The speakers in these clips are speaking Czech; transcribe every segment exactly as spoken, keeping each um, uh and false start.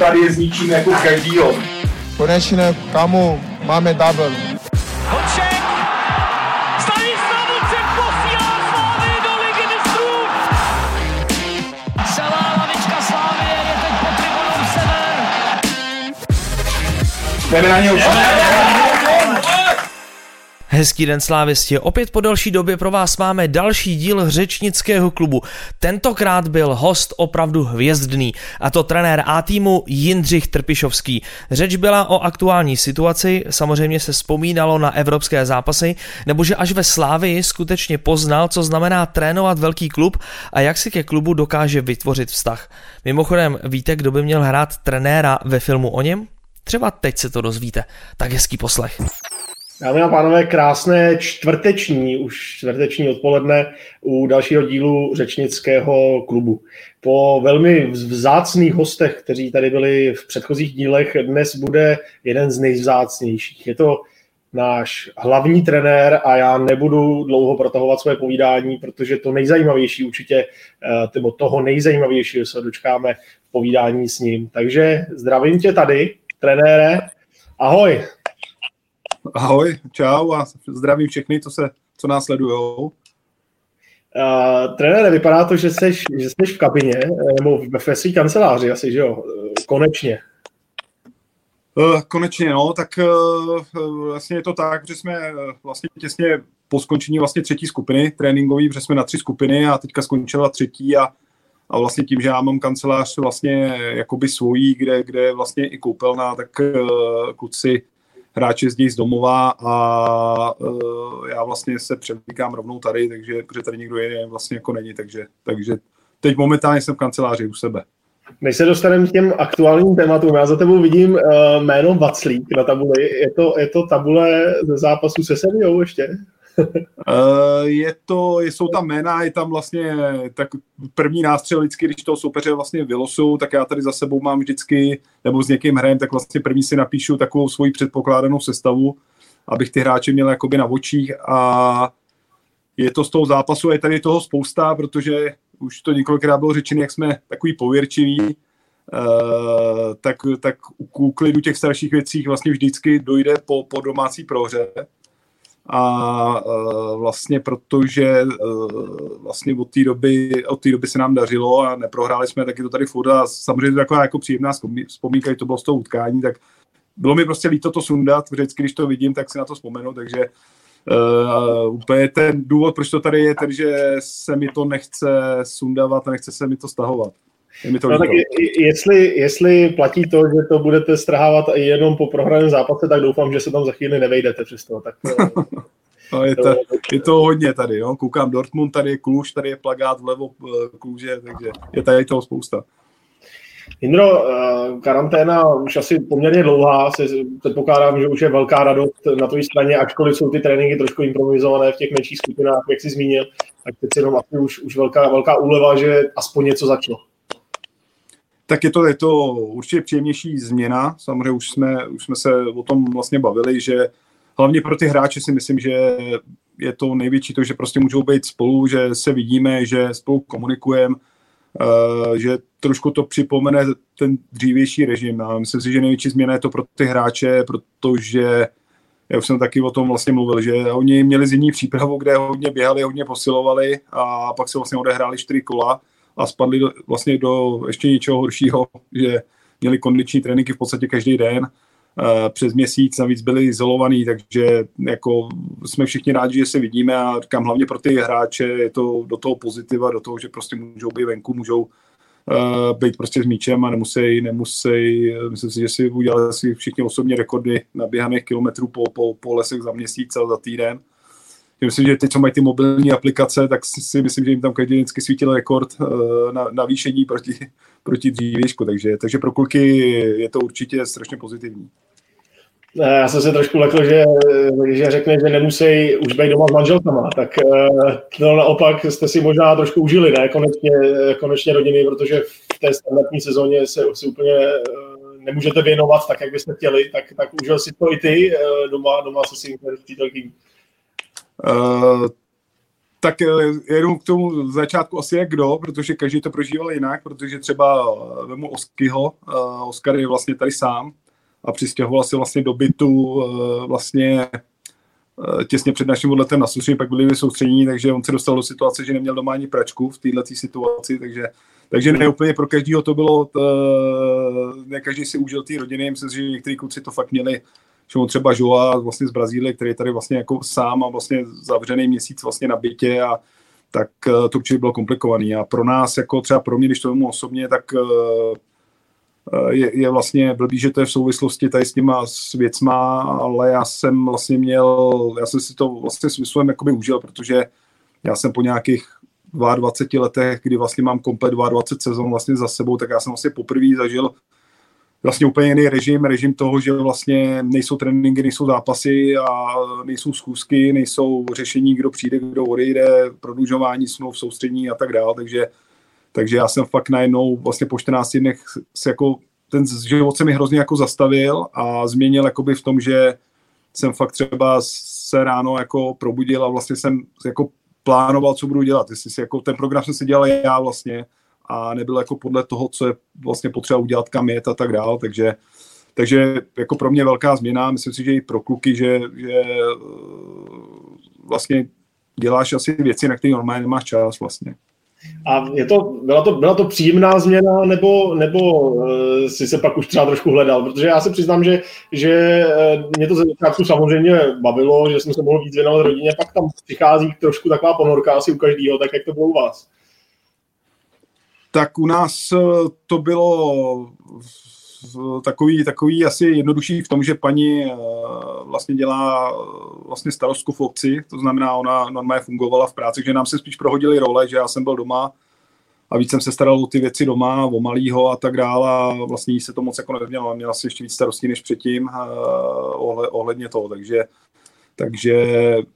tady je zničíme jako každýho. Konečně, kamu, máme double. Hoček! Stanislav Hoček posílá Slávy do Ligy mistrů! Celá lavička Slávy je teď po tribunou Sever. Jdeme na něj. Hezký den slávisti, opět po další době pro vás máme další díl Řečnického klubu. Tentokrát byl host opravdu hvězdný, a to trenér A týmu Jindřich Trpišovský. Řeč byla o aktuální situaci, samozřejmě se vzpomínalo na evropské zápasy, nebo že až ve Slávii skutečně poznal, co znamená trénovat velký klub a jak si ke klubu dokáže vytvořit vztah. Mimochodem, víte, kdo by měl hrát trenéra ve filmu o něm? Třeba teď se to dozvíte, tak hezký poslech. Dámy a pánové, krásné čtvrteční, už čtvrteční odpoledne u dalšího dílu Řečnického klubu. Po velmi vzácných hostech, kteří tady byli v předchozích dílech, dnes bude jeden z nejvzácnějších. Je to náš hlavní trenér a já nebudu dlouho protahovat své povídání, protože to nejzajímavější určitě, nebo toho nejzajímavějšího se dočkáme v povídání s ním. Takže zdravím tě tady, trenére, ahoj. Ahoj, čau a zdravím všechny, co, se, co nás sledujou. Uh, trenére, vypadá to, že jsi, že jsi v kabině, nebo ve své kanceláři asi, že jo? Konečně. Uh, konečně, no, tak uh, vlastně je to tak, že jsme vlastně těsně po skončení vlastně třetí skupiny tréninkový, protože jsme na tři skupiny a teďka skončila třetí a, a vlastně tím, že já mám kancelář vlastně jakoby svojí, kde, kde vlastně i koupelna, tak uh, kluci hráči jezdí z domova a uh, já vlastně se převlíkám rovnou tady, takže protože tady nikdo je vlastně jako není, takže, takže teď momentálně jsem v kanceláři u sebe. Než se dostaneme k těm aktuálním tématům, já za tebou vidím uh, jméno Vaclík na tabuli. Je to, je to tabule ze zápasu se Sevillou ještě? uh, je to, jsou tam jména, je tam vlastně tak první nástřel vždycky, když toho soupeře vlastně vylosou, tak já tady za sebou mám vždycky, nebo s někým hrajem, tak vlastně první si napíšu takovou svoji předpokládanou sestavu, abych ty hráče měl jakoby na očích a je to z toho zápasu, je tady toho spousta, protože už to několikrát bylo řečeno, jak jsme takový pověrčiví, uh, tak, tak u klidu těch starších věcí vlastně vždycky dojde po, po domácí prohře. A uh, vlastně protože uh, vlastně od té doby, od té doby se nám dařilo a neprohráli jsme, tak je to tady furt a samozřejmě to taková jako příjemná vzpomínka, když to bylo z toho utkání, tak bylo mi prostě líto to sundat, vždycky, když to vidím, tak si na to vzpomenu, takže uh, úplně ten důvod, proč to tady je, ten, že se mi to nechce sundávat a nechce se mi to stahovat. To no, tak jestli, jestli platí to, že to budete strhávat jenom po prohraném zápase, tak doufám, že se tam za chvíli nevejdete přesto. Tak, no, je, to, je to hodně tady. Jo? Koukám Dortmund, tady je Kluž, tady je plagát vlevo Kluže, takže je tady toho spousta. Jindro, karanténa už asi poměrně dlouhá, předpokládám, že už je velká radost na tvojí straně, ačkoliv jsou ty tréninky trošku improvizované v těch menších skupinách, jak jsi zmínil, tak teď jenom asi už, už velká, velká úleva, že aspoň něco začalo. Tak je to, je to určitě příjemnější změna. Samozřejmě už jsme, už jsme se o tom vlastně bavili, že hlavně pro ty hráče si myslím, že je to největší to, že prostě můžou být spolu, že se vidíme, že spolu komunikujeme, že trošku to připomene ten dřívější režim. A myslím si, že největší změna je to pro ty hráče, protože já už jsem taky o tom vlastně mluvil, že oni měli zimní přípravu, kde hodně běhali, hodně posilovali a pak se vlastně odehráli čtyři kola a spadli do, vlastně do ještě něčeho horšího, že měli kondiční tréninky v podstatě každý den, uh, přes měsíc, navíc byli izolovaní, takže jako jsme všichni rádi, že se vidíme a říkám hlavně pro ty hráče je to do toho pozitiva, do toho, že prostě můžou být venku, můžou uh, být prostě s míčem a nemusí, nemusí, myslím si, že si udělali si všichni osobně rekordy naběhaných kilometrů po, po, po lesech za měsíc a za týden. Myslím, že teď, co mají ty mobilní aplikace, tak si myslím, že jim tam každý vždycky svítil rekord na navýšení proti, proti dřívějšku, takže, takže pro kluky je to určitě strašně pozitivní. Já jsem se trošku lekl, že, že řekne, že nemusí už být doma s manželkama, tak to naopak jste si možná trošku užili, ne? Konečně, konečně rodiny, protože v té standardní sezóně se, se úplně nemůžete věnovat tak, jak byste chtěli, tak, tak užil si to i ty doma, doma se svým přítelkyní. Uh, Tak jenom k tomu začátku asi jak kdo, protože každý to prožíval jinak, protože třeba vemu Oskyho, Oskar je vlastně tady sám a přistěhoval se vlastně do bytu vlastně těsně před naším odletem na soustředění, pak byli soustředění, takže on se dostal do situace, že neměl doma ani pračku v této situaci, takže, takže ne úplně pro každého to bylo, ne každý si užil té rodiny, myslím si, že některý kluci to fakt měli, že on třeba Joa vlastně z Brazílie, který je tady vlastně jako sám a vlastně zavřený měsíc vlastně na bytě a tak to určitě bylo komplikovaný a pro nás, jako třeba pro mě, když to vemu osobně, tak je, je vlastně blbý, že to je v souvislosti tady s těma s věcma, ale já jsem vlastně měl, já jsem si to vlastně smyslem jakoby užil, protože já jsem po nějakých dvaceti dvou letech, kdy vlastně mám komplet dvacet dva sezon vlastně za sebou, tak já jsem vlastně poprvé zažil vlastně úplně jiný režim, režim toho, že vlastně nejsou tréninky, nejsou zápasy a nejsou schůzky, nejsou řešení, kdo přijde, kdo odejde, prodlužování smluv, soustřední a tak dále, takže Takže já jsem fakt najednou vlastně po čtrnácti dnech se jako, ten život se mi hrozně jako zastavil a změnil jakoby v tom, že jsem fakt třeba se ráno jako probudil a vlastně jsem jako plánoval, co budu dělat. Jestli si jako, ten program jsem si dělal já vlastně a nebyl jako podle toho, co je vlastně potřeba udělat, kam jet a tak dále, takže, takže jako pro mě velká změna, myslím si, že i pro kluky, že, že vlastně děláš asi věci, na které normálně nemáš čas vlastně. A je to, byla, to, byla to příjemná změna, nebo, nebo uh, si se pak už třeba trošku hledal? Protože já se přiznám, že, že uh, mě to ze začátku samozřejmě bavilo, že jsem se mohl víc věnovat rodině, pak tam přichází trošku taková ponorka asi u každého, tak jak to bylo u vás? Tak u nás to bylo takový, takový asi jednodušší v tom, že paní vlastně dělá vlastně starostku v obci, to znamená, ona normálně fungovala v práci, že nám se spíš prohodily role, že já jsem byl doma a víc jsem se staral o ty věci doma, o malýho a tak dále a vlastně jí se to moc jako nemělo, měla si ještě víc starostí než předtím ohledně toho, takže, takže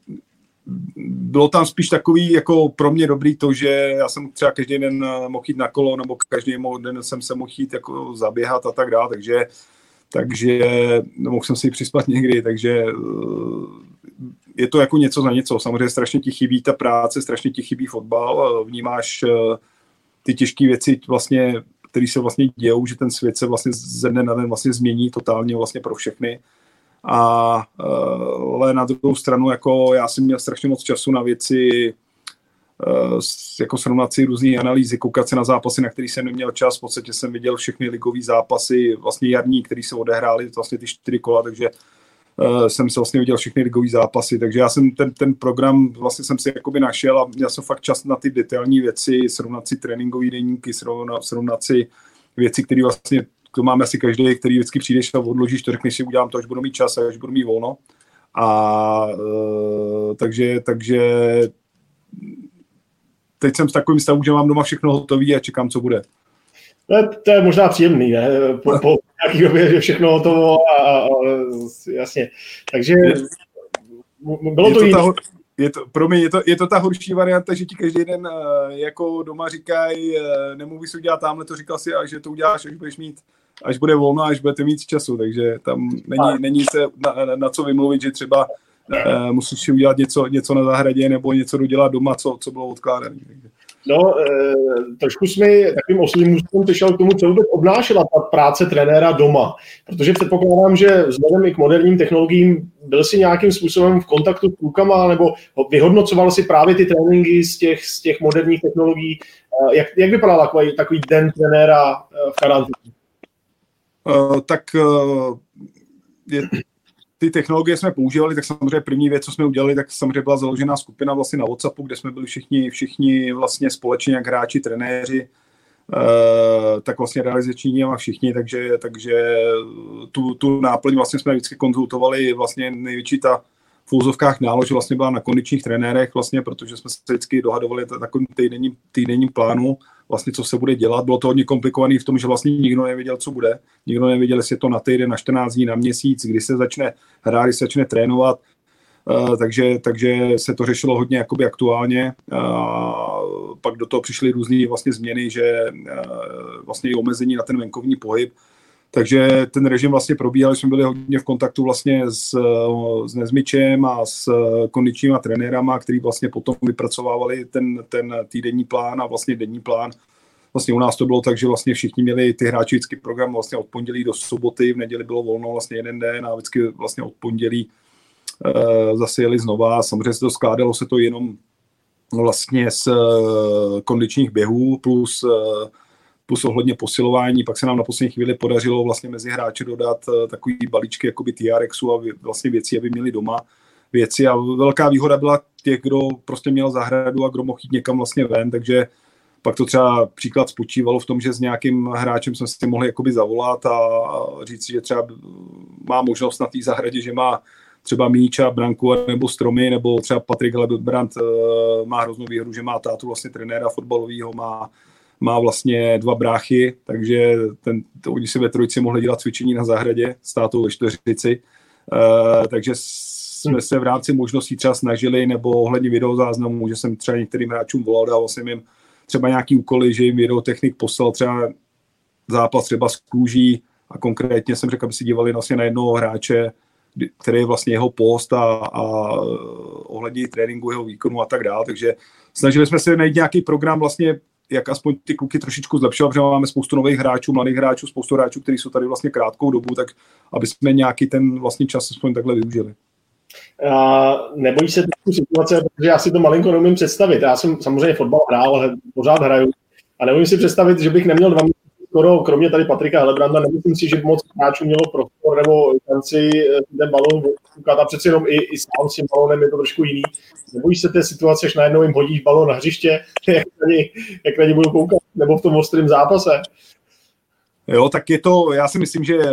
bylo tam spíš takový jako pro mě dobrý to, že já jsem třeba každý den mohl jít na kolo, nebo každý den jsem se mohl jít jako zaběhat a tak dále, takže, takže mohl jsem si přispat někdy, takže je to jako něco za něco. Samozřejmě strašně ti chybí ta práce, strašně ti chybí fotbal, vnímáš ty těžké věci vlastně, které se vlastně dějou, že ten svět se vlastně ze dne na den vlastně změní totálně vlastně pro všechny. A, ale na druhou stranu jako já jsem měl strašně moc času na věci, jako srovnat si různé analýzy, koukat se na zápasy, na který jsem neměl čas, v podstatě jsem viděl všechny ligové zápasy, vlastně jarní, které se odehrály, vlastně ty čtyři kola, takže uh, jsem se vlastně viděl všechny ligové zápasy, takže já jsem ten, ten program vlastně jsem si jakoby našel a měl jsem fakt čas na ty detailní věci, srovnat si tréninkové deníky, srovnat, srovnat si věci, které vlastně to máme asi každý, který vždycky přijdeš a odložíš, to řekneš si, udělám to, až budu mít čas a až budu mít volno. A uh, takže, takže teď jsem s takovým stavem, že mám doma všechno hotové a čekám, co bude. No, to je možná příjemný, ne? Po, po nějaký době, že všechno hotovo a, a, a jasně. Takže bylo to jiné. Je to, pro mě je to, je to ta horší varianta, že ti každý den jako doma říkají, nemůžu si udělat tamhle, to říkal si, že to uděláš, až budeš mít, až bude volno, až budete mít času, takže tam není, není se na, na, na co vymluvit, že třeba uh, musíš si udělat něco, něco na zahradě nebo něco dodělat doma, co, co bylo odkládané. No, e, trošku jsme takovým oslým můstkem přišel k tomu, co vůbec obnášela ta práce trenéra doma. Protože předpokládám, že vzhledem i k moderním technologiím byl si nějakým způsobem v kontaktu s klukama, nebo vyhodnocoval si právě ty tréninky z těch, z těch moderních technologií. E, jak, jak vypadal takový, takový den trenéra v karanténě? Uh, tak uh, je... Ty technologie jsme používali, tak samozřejmě první věc, co jsme udělali, tak samozřejmě byla založená skupina vlastně na WhatsAppu, kde jsme byli všichni, všichni vlastně společně, jak hráči, trenéři, eh, tak vlastně realizační a všichni, takže, takže tu, tu náplň vlastně jsme vždycky konzultovali, vlastně největší ta v úzovkách nálož vlastně byla na kondičních trenérech, vlastně, protože jsme se vždycky dohadovali takovým týdenním, týdenním plánu, vlastně co se bude dělat. Bylo to hodně komplikované v tom, že vlastně nikdo nevěděl, co bude. Nikdo nevěděl, jestli je to na týden, na čtrnáct dní, na měsíc, kdy se začne hrát, kdy se začne trénovat. Uh, takže, takže se to řešilo hodně jakoby aktuálně. Uh, pak do toho přišly různé vlastně změny, že uh, vlastně i omezení na ten venkovní pohyb. Takže ten režim vlastně probíhal, jsme byli hodně v kontaktu vlastně s, s Nezmičem a s kondičníma trenérama, který vlastně potom vypracovávali ten, ten týdenní plán a vlastně denní plán. Vlastně u nás to bylo tak, že vlastně všichni měli ty hráči vždycky program vlastně od pondělí do soboty, v neděli bylo volno vlastně jeden den a vždycky vlastně od pondělí uh, zase jeli znova. Samozřejmě se to skládalo se to jenom vlastně z uh, kondičních běhů plus uh, plus ohledně posilování, pak se nám na poslední chvíli podařilo vlastně mezi hráči dodat uh, takový balíčky jakoby T R Xu a vlastně věci, aby měli doma věci a velká výhoda byla těch, kdo prostě měl zahradu a kdo mohl jít někam vlastně ven, takže pak to třeba příklad spočívalo v tom, že s nějakým hráčem jsme si mohli jakoby zavolat a říct si, že třeba má možnost na té zahradě, že má třeba míč a branku nebo stromy, nebo třeba Patrik Hlebrant má hroznou výhodu, že má tátu vlastně trenéra fotbalového, má, má vlastně dva bráchy, takže ten, to, oni si ve trojici mohli dělat cvičení na zahradě s tátou ve čtyřici, uh, takže jsme se v rámci možností třeba snažili, nebo ohledně videozáznamu, že jsem třeba některým hráčům volal, dával jsem jim třeba nějaký úkoly, že jim videotechnik poslal třeba zápas třeba z kůží a konkrétně jsem řekl, aby si dívali vlastně na jednoho hráče, který je vlastně jeho post a, a ohledně tréninku, jeho výkonu a tak dále. Takže snažili jsme se najít nějaký program vlastně, jak aspoň ty kluky trošičku zlepšovat, protože máme spoustu nových hráčů, mladých hráčů, spoustu hráčů, kteří jsou tady vlastně krátkou dobu, tak aby jsme nějaký ten vlastně čas aspoň takhle využili. A nebojí se tu situace, protože já si to malinko neumím představit. Já jsem samozřejmě fotbal hrál, ale pořád hraju. A neumím si představit, že bych neměl dva měsíce skoro, kromě tady Patrika Hlebranda, nemyslím si, že moc hráčů mělo prostor nebo šanci ten balón koukat. A přeci jenom i, i sám s tím balónem je to trošku jiný. Nebojíš se té situace, že najednou jim hodíš balón na hřiště, jak na ně, jak na ně budou koukat, nebo v tom ostrém zápase? Jo, tak je to, já si myslím, že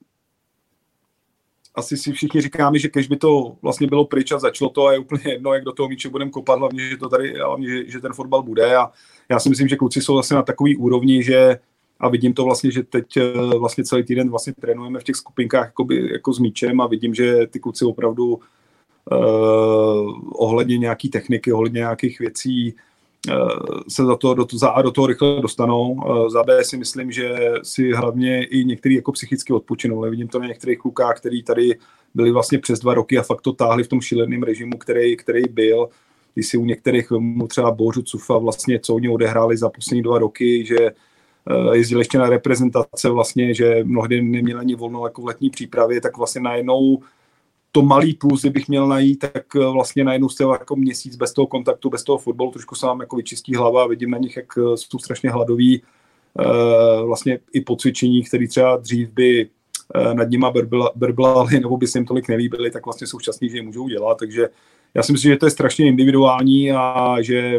asi si všichni říkáme, že když by to vlastně bylo pryč a začalo to a je úplně jedno, jak do toho míče budeme kopat, hlavně, že to tady, hlavně, že, že ten fotbal bude a já si myslím, že kluci jsou vlastně na takový úrovni, že a vidím to vlastně, že teď vlastně celý týden vlastně trénujeme v těch skupinkách jakoby, jako s míčem a vidím, že ty kluci opravdu uh, ohledně nějaký techniky, ohledně nějakých věcí se za to, do, za A do toho rychle dostanou. Za B si myslím, že si hlavně i některý jako psychicky odpočinou. Vidím to na některých klukách, který tady byli vlastně přes dva roky a fakt to táhli v tom šíleném režimu, který, který byl. Když si u některých, třeba Bořu Cufa, vlastně, co oni odehráli za poslední dva roky, že jezdili ještě na reprezentace vlastně, že mnohdy neměli ani volno jako v letní přípravě, tak vlastně najednou to malý plus, kdybych měl najít, tak vlastně najednou jste jako měsíc bez toho kontaktu, bez toho fotbalu, trošku se vám jako vyčistí hlava a vidím na nich, jak jsou strašně hladoví vlastně i po cvičení, který třeba dřív by nad nima brblali nebo by se jim tolik nelíbili, tak vlastně jsou šťastní, že je můžou dělat, takže já si myslím, že to je strašně individuální a že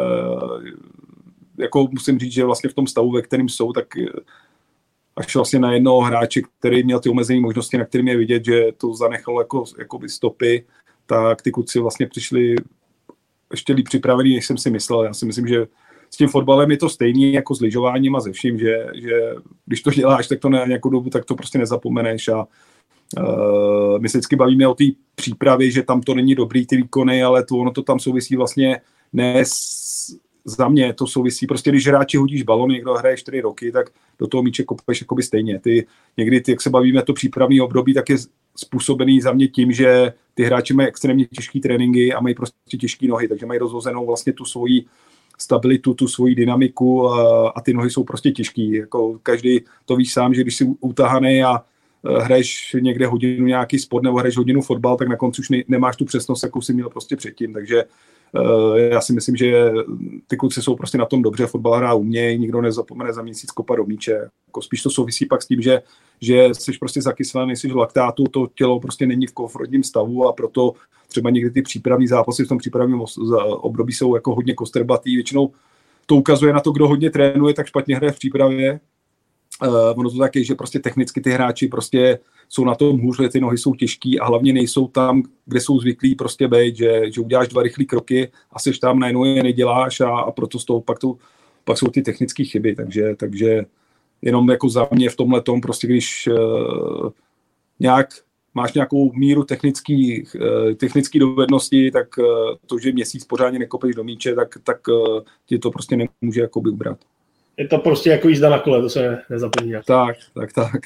jako musím říct, že vlastně v tom stavu, ve kterém jsou, tak až vlastně na jednoho hráče, který měl ty omezené možnosti, na kterým je vidět, že to zanechalo jako, jako by stopy, tak ty kluci vlastně přišli ještě líp připravený, než jsem si myslel. Já si myslím, že s tím fotbalem je to stejný jako s lyžováním a ze vším, že, že když to děláš, tak to na nějakou dobu, tak to prostě nezapomeneš a uh, my se vždycky bavíme o té přípravě, že tam to není dobrý ty výkony, ale to, ono to tam souvisí vlastně ne s za mě to souvisí, prostě když hráči hodíš balon, někdo hraje čtyři roky, tak do toho míče kopeš jakoby stejně. Ty, někdy, ty, jak se bavíme, to přípravné období, tak je způsobený za mě tím, že ty hráči mají extrémně těžké tréninky a mají prostě těžké nohy, takže mají rozhozenou vlastně tu svoji stabilitu, tu svoji dynamiku a, a ty nohy jsou prostě těžký. Jako každý to víš sám, že když jsi utahaný a hraješ někde hodinu nějaký sport nebo hraješ hodinu fotbal, tak na konci už ne, nemáš tu přesnost, jakou jsi měl prostě předtím, takže uh, já si myslím, že ty kluci jsou prostě na tom dobře, fotbal hrá umějí, nikdo nezapomene za měsíc kopat do míče, jako spíš to souvisí pak s tím, že, že jsi prostě zakyslený, jsi v laktátu, to tělo prostě není v komfortním stavu a proto třeba někdy ty přípravní zápasy v tom přípravním období jsou jako hodně kostrbatý, většinou to ukazuje na to, kdo hodně trénuje, tak špatně hraje v přípravě. Uh, ono to tak je, že prostě technicky ty hráči prostě jsou na tom hůř, ty nohy jsou těžký a hlavně nejsou tam, kde jsou zvyklí prostě být, že, že uděláš dva rychlé kroky a seš tam, najednou je neděláš a, a proto z toho pak, to, pak jsou ty technické chyby, takže, takže jenom jako za mě v tomhletom prostě když uh, nějak máš nějakou míru technický, uh, technický dovednosti, tak uh, to, že měsíc pořádně nekopeš do míče, tak, tak uh, ti to prostě nemůže jakoby ubrat. Je to prostě jako jízda na kole, to se nezapomíná. Tak, tak, tak.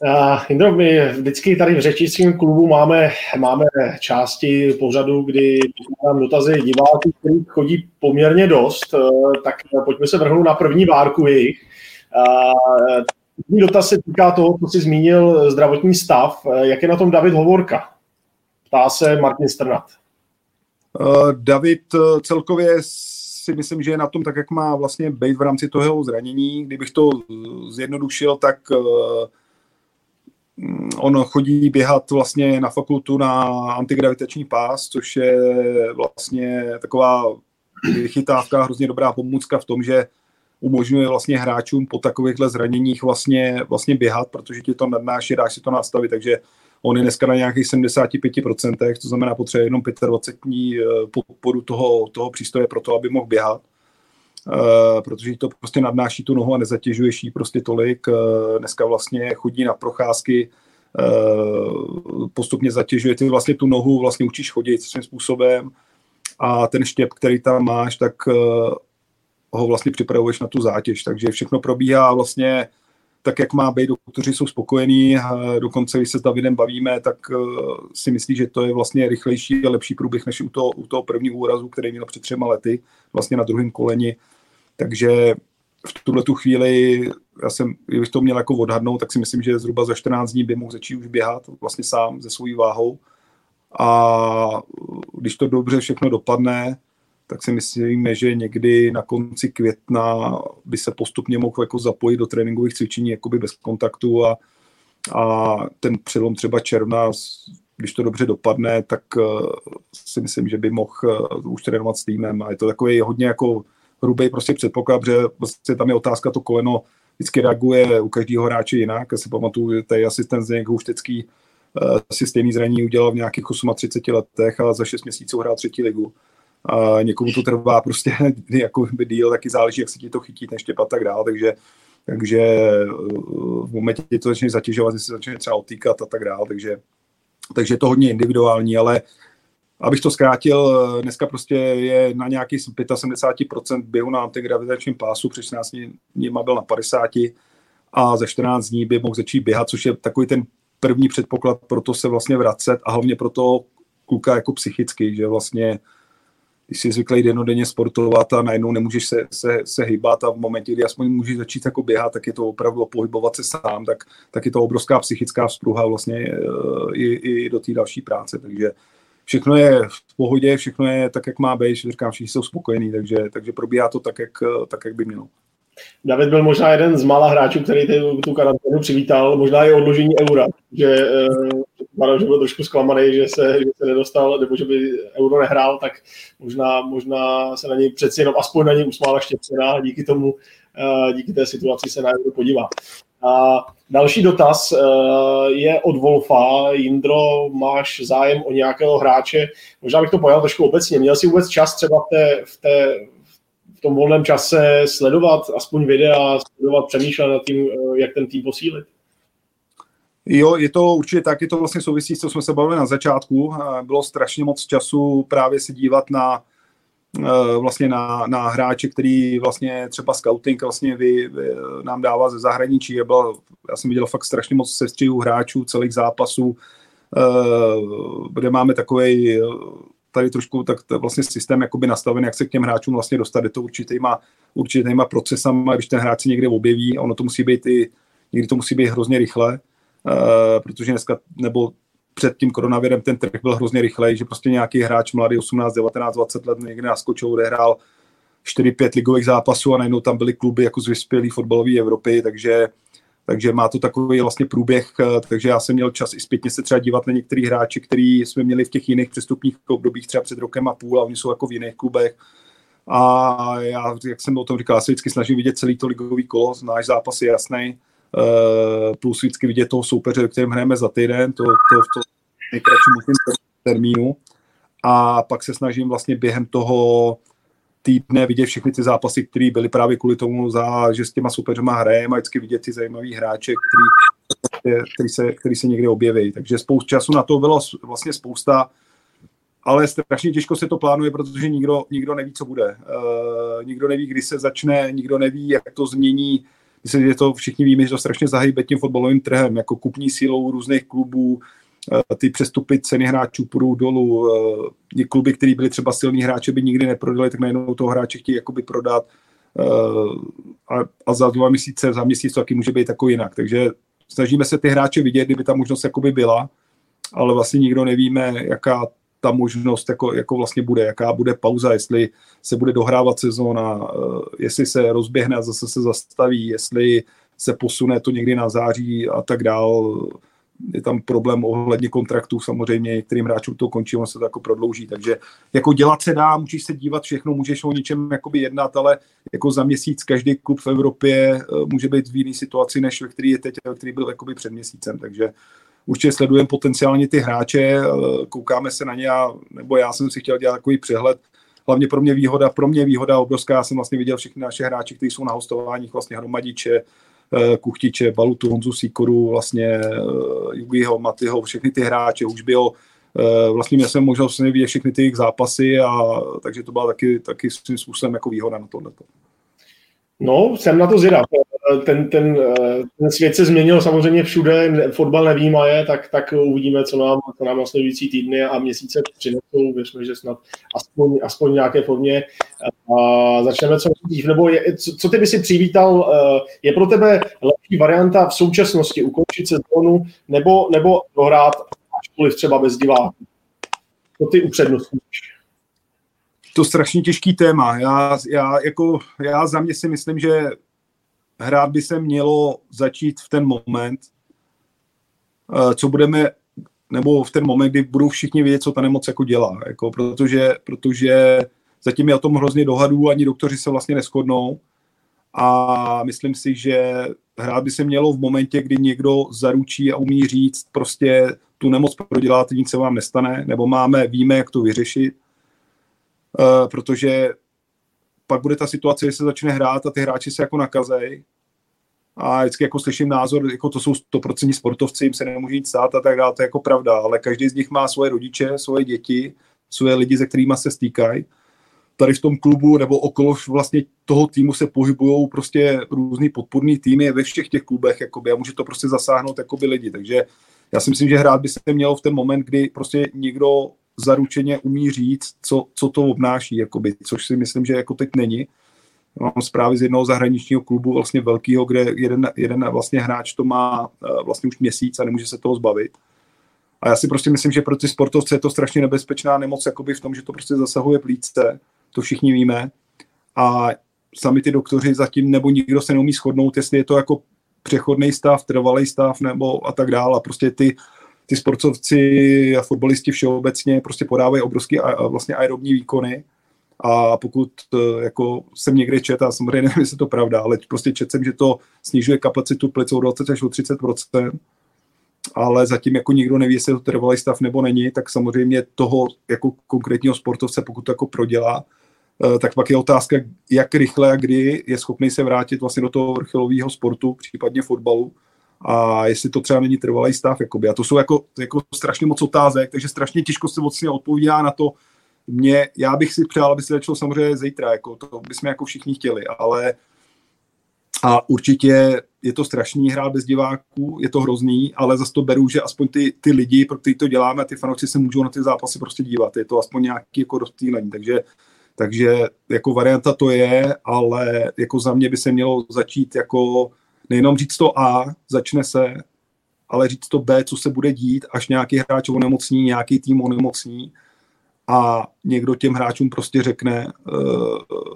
Uh, Jindro, my vždycky tady v řečnickém klubu máme, máme části pořadu, kdy mám dotazy diváků, který chodí poměrně dost, uh, tak pojďme se vrhnout na první várku jejich. Uh, první dotaz se týká toho, co jsi zmínil, zdravotní stav. Uh, jak je na tom David Hovorka? Ptá se Martin Strnad. Uh, David uh, celkově si myslím, že je na tom tak, jak má vlastně být v rámci toho zranění. Kdybych to zjednodušil, tak uh, on chodí běhat vlastně na fakultu na antigravitační pás, což je vlastně taková vychytávka, hrozně dobrá pomůcka v tom, že umožňuje vlastně hráčům po takovýchhle zraněních vlastně, vlastně běhat, protože ti to nadnáší, dáš si to nastavit, takže on je dneska na nějakých sedmdesát pět procent, to znamená potřebuje jenom dvacet pět dní podporu toho, toho přístroje pro to, aby mohl běhat. Uh, protože to prostě nadnáší tu nohu a nezatěžuješ jí prostě tolik. Uh, dneska vlastně chodí na procházky, uh, postupně zatěžuje ty vlastně tu nohu, vlastně učíš chodit svým způsobem a ten štěp, který tam máš, tak uh, ho vlastně připravuješ na tu zátěž. Takže všechno probíhá vlastně tak, jak má být, doktoři jsou spokojení, dokonce, když se s Davidem bavíme, tak si myslí, že to je vlastně rychlejší a lepší průběh než u toho, u toho prvního úrazu, který měl před třema lety, vlastně na druhém koleni. Takže v tuhle tu chvíli, já jsem, kdybych to měl jako odhadnout, tak si myslím, že zhruba za čtrnáct dní by mohl začít už běhat vlastně sám se svojí váhou. A když to dobře všechno dopadne, tak si myslíme, že někdy na konci května by se postupně mohl jako zapojit do tréninkových cvičení jakoby bez kontaktu a, a ten přelom třeba června, když to dobře dopadne, tak uh, si myslím, že by mohl uh, už trénovat s týmem a je to takový hodně jako hrubý prostě předpoklad, protože vlastně tam je otázka, to koleno vždycky reaguje u každého hráče jinak. Já si pamatuju, tady asistent Zdeněk Houštecký uh, si stejný zranění udělal v nějakých třiceti osmi letech a za šest měsíců hrál třetí ligu. A někomu to trvá prostě jako by díl, taky záleží, jak se ti to chytí, ten štěp a tak dál, takže, takže v momentě to začne zatěžovat, se začne třeba otýkat a tak dál, takže, takže je to hodně individuální, ale abych to zkrátil, dneska prostě je na nějaký sedmdesát pět procent běhu na antigravitačním pásu, před čtrnácti dníma byl na padesáti a za čtrnáct dní by mohl začít běhat, což je takový ten první předpoklad pro to se vlastně vracet a hlavně pro toho kluka jako psychicky, že vlastně když jsi zvyklý dennodenně sportovat a najednou nemůžeš se, se, se hýbat a v momentě, kdy aspoň můžeš začít jako běhat, tak je to opravdu pohybovat se sám, tak, tak je to obrovská psychická vzpruha vlastně i, i do té další práce, takže všechno je v pohodě, všechno je tak, jak má být, že říkám, všichni jsou spokojení, takže, takže probíhá to tak jak, tak, jak by mělo. David byl možná jeden z mála hráčů, který tu karanténu přivítal, možná i odložení eura, že, uh, že byl trošku zklamaný, že se, že se nedostal, nebo že by euro nehrál, tak možná, možná se na něj přeci jenom aspoň na něj usmála Štěpcina a díky tomu, uh, díky té situaci se na euro podívá. A další dotaz uh, je od Wolfa. Jindro, máš zájem o nějakého hráče? Možná bych to pojal trošku obecně. Měl jsi vůbec čas třeba v té, v té v tom volném čase sledovat aspoň videa, sledovat, přemýšlet nad tím, jak ten tým posílit? Jo, je to určitě tak, je to vlastně souvisí, co jsme se bavili na začátku. Bylo strašně moc času právě se dívat na vlastně na, na hráče, který vlastně třeba scouting vlastně vy, vy, nám dává ze zahraničí. Je bylo, já jsem viděl fakt strašně moc sestřihů hráčů, celých zápasů, kde máme takovej tady trošku tak vlastně systém jakoby nastavený, jak se k těm hráčům vlastně dostat. Je to určitýma, určitýma procesama, když ten hráč se někde objeví, ono to musí být i, někdy to musí být hrozně rychle, uh, protože dneska, nebo před tím koronavirem ten trh byl hrozně rychlej, že prostě nějaký hráč mladý osmnáct, devatenáct, dvacet let někde naskočil, odehrál čtyři pět ligových zápasů a najednou tam byly kluby jako z vyspělý fotbalové Evropy, takže takže má to takový vlastně průběh, takže já jsem měl čas i zpětně se třeba dívat na některý hráči, který jsme měli v těch jiných přestupních obdobích třeba před rokem a půl a oni jsou jako v jiných klubech. A já, jak jsem o tom říkal, já se vždycky snažím vidět celý to ligový kolo, náš zápas je jasný, plus vždycky vidět toho soupeře, kterým hrajeme za týden, to, to v to nejkratším možným termínu. A pak se snažím vlastně během toho týdne vidět všechny ty zápasy, které byly právě kvůli tomu, za, že s těma soupeřema hrajeme a vždycky vidět ty zajímavý hráče, který, který, se, který se někde objeví. Takže spoustu času na to bylo vlastně spousta, ale strašně těžko se to plánuje, protože nikdo, nikdo neví, co bude. Uh, nikdo neví, kdy se začne, nikdo neví, jak to změní myslím, že to všichni víme, že to strašně zahýbe tím fotbalovým trhem, jako kupní sílou různých klubů, ty přestupy ceny hráčů půjdou dolů, ty kluby, které byly třeba silní hráče, by nikdy neprodali, tak najednou toho hráče chtějí jakoby prodat a, a za dva měsíce, za měsíc to taky může být jako jinak, takže snažíme se ty hráče vidět, kdyby ta možnost jakoby byla, ale vlastně nikdo nevíme, jaká ta možnost jako, jako vlastně bude, jaká bude pauza, jestli se bude dohrávat sezóna, jestli se rozběhne a zase se zastaví, jestli se posune to někdy na září a tak dál. Je tam problém ohledně kontraktů, samozřejmě některým hráčům to končí, on se to jako prodlouží, takže jako dělat se dá, můžeš se dívat všechno, můžeš o něčem jakoby jednat, ale jako za měsíc každý klub v Evropě může být v jiné situaci, než ve který je teď, ve který byl jakoby před měsícem, takže určitě sledujeme potenciálně ty hráče, koukáme se na ně, nebo já jsem si chtěl dělat takový přehled. Hlavně pro mě výhoda, pro mě výhoda obrovská, já jsem vlastně viděl všechny naše hráči, kteří jsou na hostováních, vlastně Hromadiče, Kuchtiče, Balutu, Honzu Sikoru, vlastně Jugiho, Matyho, všechny ty hráče, už bylo, vlastně měl jsem možnost vidět všechny ty jejich zápasy, a takže to byla taky, taky svým způsobem jako výhoda na tohleto. No, jsem na to zvědav. Ten, ten, ten svět se změnil samozřejmě všude, fotbal nevýmaje, tak, tak uvidíme, co nám, co nám nasledující týdny a měsíce přinesou, věřme, že snad aspoň, aspoň nějaké formě. A začneme co nejdřív, nebo je, co, co ty by si přivítal, je pro tebe lepší varianta v současnosti ukončit sezónu, nebo, nebo dohrát ačkoliv třeba bez diváků? Co ty upřednostníš? To strašně těžký téma. Já, já, jako, já za mě si myslím, že hrát by se mělo začít v ten moment, co budeme, nebo v ten moment, kdy budou všichni vědět, co ta nemoc jako dělá. Jako, protože, protože zatím je o tom hrozně dohadů, ani doktoři se vlastně neshodnou. A myslím si, že hrát by se mělo v momentě, kdy někdo zaručí a umí říct, prostě tu nemoc proděláte, nic se vám nestane, nebo máme, víme, jak to vyřešit. Uh, protože pak bude ta situace, že se začne hrát a ty hráči se jako nakazej. A vždycky jako slyším názor, jako to jsou sto procent sportovci, jim se nemůže nic stát a tak dále, to je jako pravda, ale každý z nich má svoje rodiče, svoje děti, svoje lidi, se kterými se stýkají. Tady v tom klubu nebo okolo vlastně toho týmu se pohybujou prostě různý podpůrný týmy ve všech těch klubech, jakoby, a může to prostě zasáhnout jakoby lidi. Takže já si myslím, že hrát by se mělo v ten moment, kdy prostě někdo zaručeně umí říct, co, co to obnáší, jakoby, což si myslím, že jako teď není. Mám zprávy z jednoho zahraničního klubu, vlastně velkého, kde jeden, jeden vlastně hráč to má vlastně už měsíc a nemůže se toho zbavit. A já si prostě myslím, že pro ty sportovce je to strašně nebezpečná nemoc, jakoby v tom, že to prostě zasahuje plíce, to všichni víme. A sami ty doktoři zatím, nebo nikdo se neumí shodnout, jestli je to jako přechodný stav, trvalý stav, nebo a tak dále. A prostě ty ty sportovci a fotbalisti všeobecně prostě podávají obrovský a vlastně aerobní výkony, a pokud jako jsem někde čet, a samozřejmě nevím, jestli to pravda, ale prostě čet jsem, že to snižuje kapacitu plic o dvacet až o třicet procent, ale zatím jako nikdo neví, jestli to trvalý stav nebo není, tak samozřejmě toho jako konkrétního sportovce, pokud to jako prodělá, tak pak je otázka, jak rychle a kdy je schopný se vrátit vlastně do toho vrcholového sportu, případně fotbalu, a jestli to třeba není trvalý stav. Jakoby. A to jsou jako, jako strašně moc otázek, takže strašně těžko se vlastně odpovídá na to. Mě, já bych si přál, aby se začalo samozřejmě zítra, jako, to bychom jako všichni chtěli, ale a určitě je to strašný hrát bez diváků, je to hrozný, ale zase to beru, že aspoň ty, ty lidi, pro který to děláme, a ty fanoušci se můžou na ty zápasy prostě dívat, je to aspoň nějaký jako rozptýlení, takže, takže jako varianta to je, ale jako za mě by se mělo začít jako nejenom říct to A, začne se, ale říct to B, co se bude dít, až nějaký hráč onemocní, nějaký tým onemocní a někdo těm hráčům prostě řekne, uh,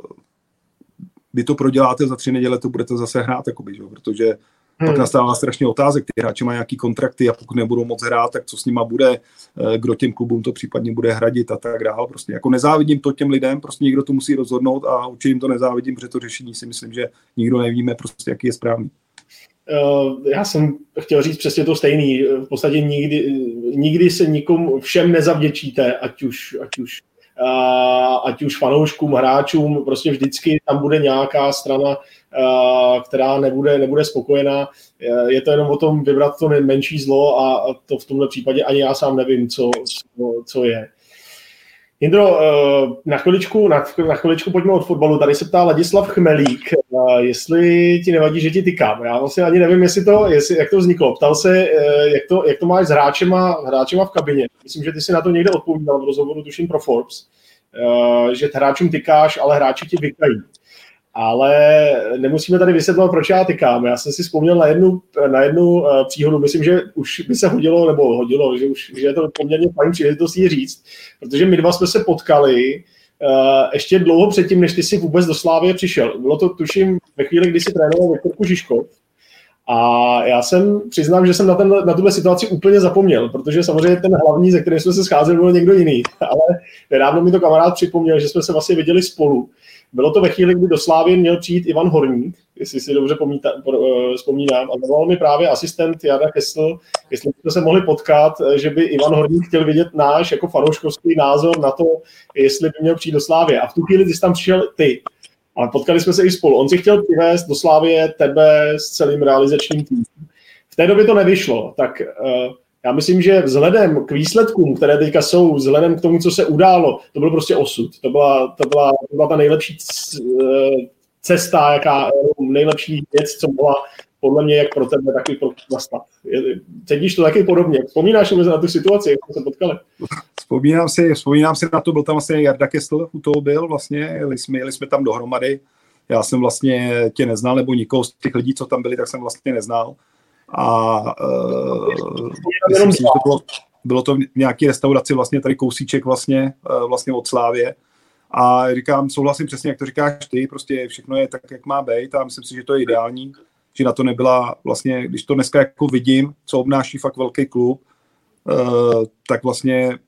vy to proděláte za tři neděle, to budete zase hrát, jakoby, že? Protože hmm. pak nastává strašně otázek, ty hráči mají nějaký kontrakty a pokud nebudou moc hrát, tak co s nima bude, kdo těm klubům to případně bude hradit a tak dále. Prostě jako nezávidím to těm lidem, prostě někdo to musí rozhodnout a určitě jim to nezávidím, protože to řešení si myslím, že nikdo nevíme prostě, jaký je správný. Já jsem chtěl říct přesně to stejný. V podstatě nikdy, nikdy se nikomu všem nezavděčíte, ať už, ať už ať už fanouškům, hráčům, prostě vždycky tam bude nějaká strana, která nebude, nebude spokojená. Je to jenom o tom vybrat to menší zlo a to v tomhle případě ani já sám nevím, co, co, co je. Jindro, na chviličku, na, na chviličku pojďme od fotbalu. Tady se ptá Ladislav Chmelík, jestli ti nevadí, že ti tykám. Já vlastně ani nevím, jestli to, jestli, jak to vzniklo. Ptal se, jak to, jak to máš s hráčema, hráčema v kabině. Myslím, že ty si na to někde odpovídal v rozhovoru, tuším pro Forbes, že hráčům tykáš, ale hráči ti vykají. Ale nemusíme tady vysvětlovat, proč já tykám. Já jsem si vzpomněl na jednu, na jednu příhodu, myslím, že už by se hodilo, nebo hodilo, že, už, že je to poměrně fajn příležitost jí říct, protože my dva jsme se potkali uh, ještě dlouho předtím, než ty jsi vůbec do Slávie přišel. Bylo to, tuším, ve chvíli, kdy jsi trénoval Viktorku Žižkov. A já jsem přiznám, že jsem na, ten, na tuhle situaci úplně zapomněl, protože samozřejmě ten hlavní, ze kterým jsme se scházeli, byl někdo jiný. Ale nedávno mi to kamarád připomněl, že jsme se vlastně viděli spolu. Bylo to ve chvíli, kdy do Slávy měl přijít Ivan Horník, jestli si dobře pomíta, vzpomínám, a zavolal mi právě asistent Jarda Kessel, jestli jsme se mohli potkat, že by Ivan Horník chtěl vidět náš jako fanouškovský názor na to, jestli by měl přijít do Slávy. A v tu chvíli ty jsi tam přišel ty. A potkali jsme se i spolu. On si chtěl přivést do Slávie tebe s celým realizačním týmem. V té době to nevyšlo, tak uh, já myslím, že vzhledem k výsledkům, které teďka jsou, vzhledem k tomu, co se událo, to byl prostě osud. To byla, to byla, to byla ta nejlepší cesta, jaká nejlepší věc, co mohla podle mě jak pro tebe, tak i pro nastat. Cítíš to taky podobně? Vzpomínáš na tu situaci, jak jsme se potkali? Vzpomínám si, vzpomínám si na to, byl tam vlastně Jarda Kessel, u toho byl vlastně, jeli jsme, jeli jsme tam dohromady. Já jsem vlastně tě neznal, nebo nikoho z těch lidí, co tam byli, tak jsem vlastně neznal. A uh, myslím si, že to bylo, bylo to v nějaké restauraci vlastně tady kousíček vlastně, uh, vlastně od Slávě. A říkám, souhlasím přesně, jak to říkáš ty, prostě všechno je tak, jak má být a myslím si, že to je ideální, že na to nebyla vlastně, když to dneska jako vidím, co obnáší fakt velký klub, uh, tak vlastně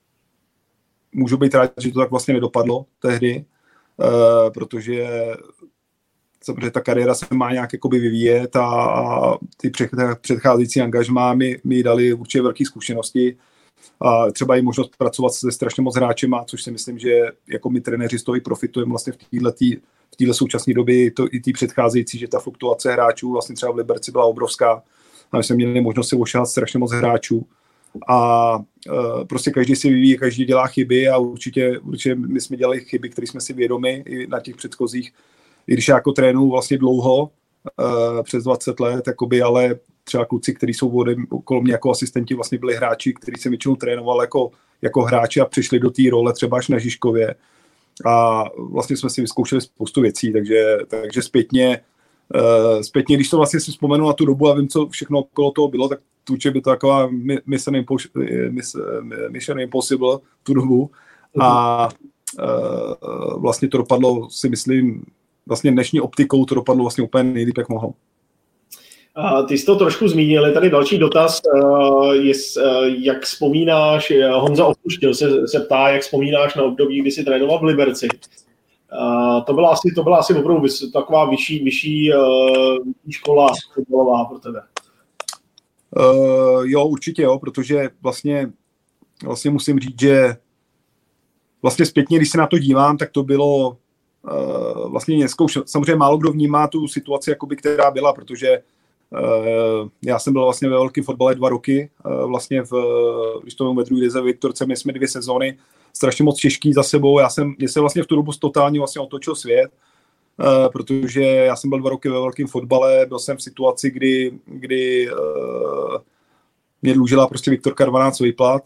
můžu být rád, že to tak vlastně nedopadlo tehdy, uh, protože samozřejmě ta kariéra se má nějak jakoby vyvíjet a, a ty předcházející angažmá mi, mi dali určitě velké zkušenosti a třeba i možnost pracovat se strašně moc hráčema, což si myslím, že jako my trenéři z toho i profitujeme vlastně v této v této současné době to, i ty předcházející, že ta fluktuace hráčů vlastně třeba v Liberci byla obrovská a my jsme měli možnost si ošahat strašně moc hráčů a uh, prostě každý si vyvíjí, každý dělá chyby a určitě, určitě my jsme dělali chyby, které jsme si vědomi i na těch předchozích. I když já jako trénuju vlastně dlouho, uh, přes dvacet let, jakoby, ale třeba kluci, kteří jsou vodem, okolo mě jako asistenti, vlastně byli hráči, kteří jsem většinou trénoval jako, jako hráči a přišli do té role třeba až na Žižkově. A vlastně jsme si vyzkoušeli spoustu věcí, takže, takže zpětně, uh, zpětně, když to vlastně si vzpomenu na tu dobu a vím, co všechno okolo toho bylo, tak určitě by to taková Mission Impossible, Mission Impossible tu dobu. A uh, vlastně to dopadlo, si myslím, vlastně dnešní optikou to dopadlo vlastně úplně nejlíp, jak mohlo. A ty jsi to trošku zmínil, je tady další dotaz, je, jak vzpomínáš, Honza Opuštil se, se ptá, jak vzpomínáš na období, kdy jsi trénoval v Liberci. A to byla asi, to byla asi opravdu taková vyšší, vyšší, vyšší škola fotbalová pro tebe. Uh, jo, určitě jo, protože vlastně, vlastně musím říct, že vlastně zpětně, když se na to dívám, tak to bylo Uh, vlastně neskoušel. Samozřejmě málo kdo vnímá tu situaci, jakoby, která byla, protože uh, já jsem byl vlastně ve velkém fotbale dva roky, uh, vlastně v, když to ve druhé lize v Viktorce, my jsme dvě sezóny, strašně moc těžký za sebou, já jsem, mě se vlastně v tu dobu totálně vlastně otočil svět, uh, protože já jsem byl dva roky ve velkém fotbale, byl jsem v situaci, kdy, kdy uh, mě dlužila prostě Viktorka dvanáct výplat,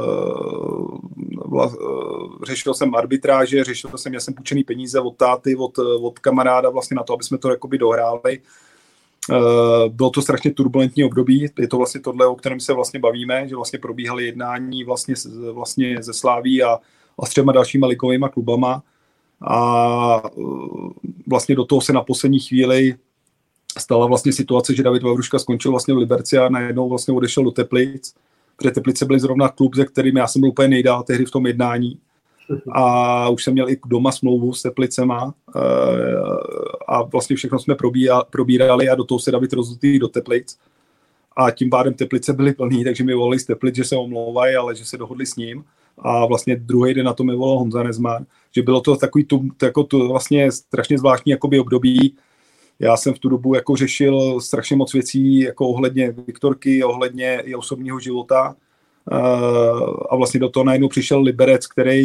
řešil jsem arbitráže, řešil jsem, já jsem půjčený peníze od táty, od, od kamaráda vlastně na to, aby jsme to jakoby dohráli. Bylo to strašně turbulentní období, je to vlastně tohle, o kterém se vlastně bavíme, že vlastně probíhaly jednání vlastně, vlastně ze Sláví a, a s třema dalšíma ligovýma klubama a vlastně do toho se na poslední chvíli stala vlastně situace, že David Vavruška skončil vlastně v Liberci a najednou vlastně odešel do Teplic, protože Teplice byly zrovna klub, ze kterým já jsem byl úplně nejdál tehdy v tom jednání a už jsem měl i doma smlouvu s Teplicema a vlastně všechno jsme probírali a do toho se David rozhodl do Teplic a tím pádem Teplice byly plný, takže mi volali z Teplic, že se omlouvají, ale že se dohodli s ním a vlastně druhý den na to mi volal Honza Nezmar, že bylo to takový tu, jako to vlastně strašně zvláštní jakoby období. Já jsem v tu dobu jako řešil strašně moc věcí jako ohledně Viktorky, ohledně i osobního života a vlastně do toho najednou přišel Liberec, který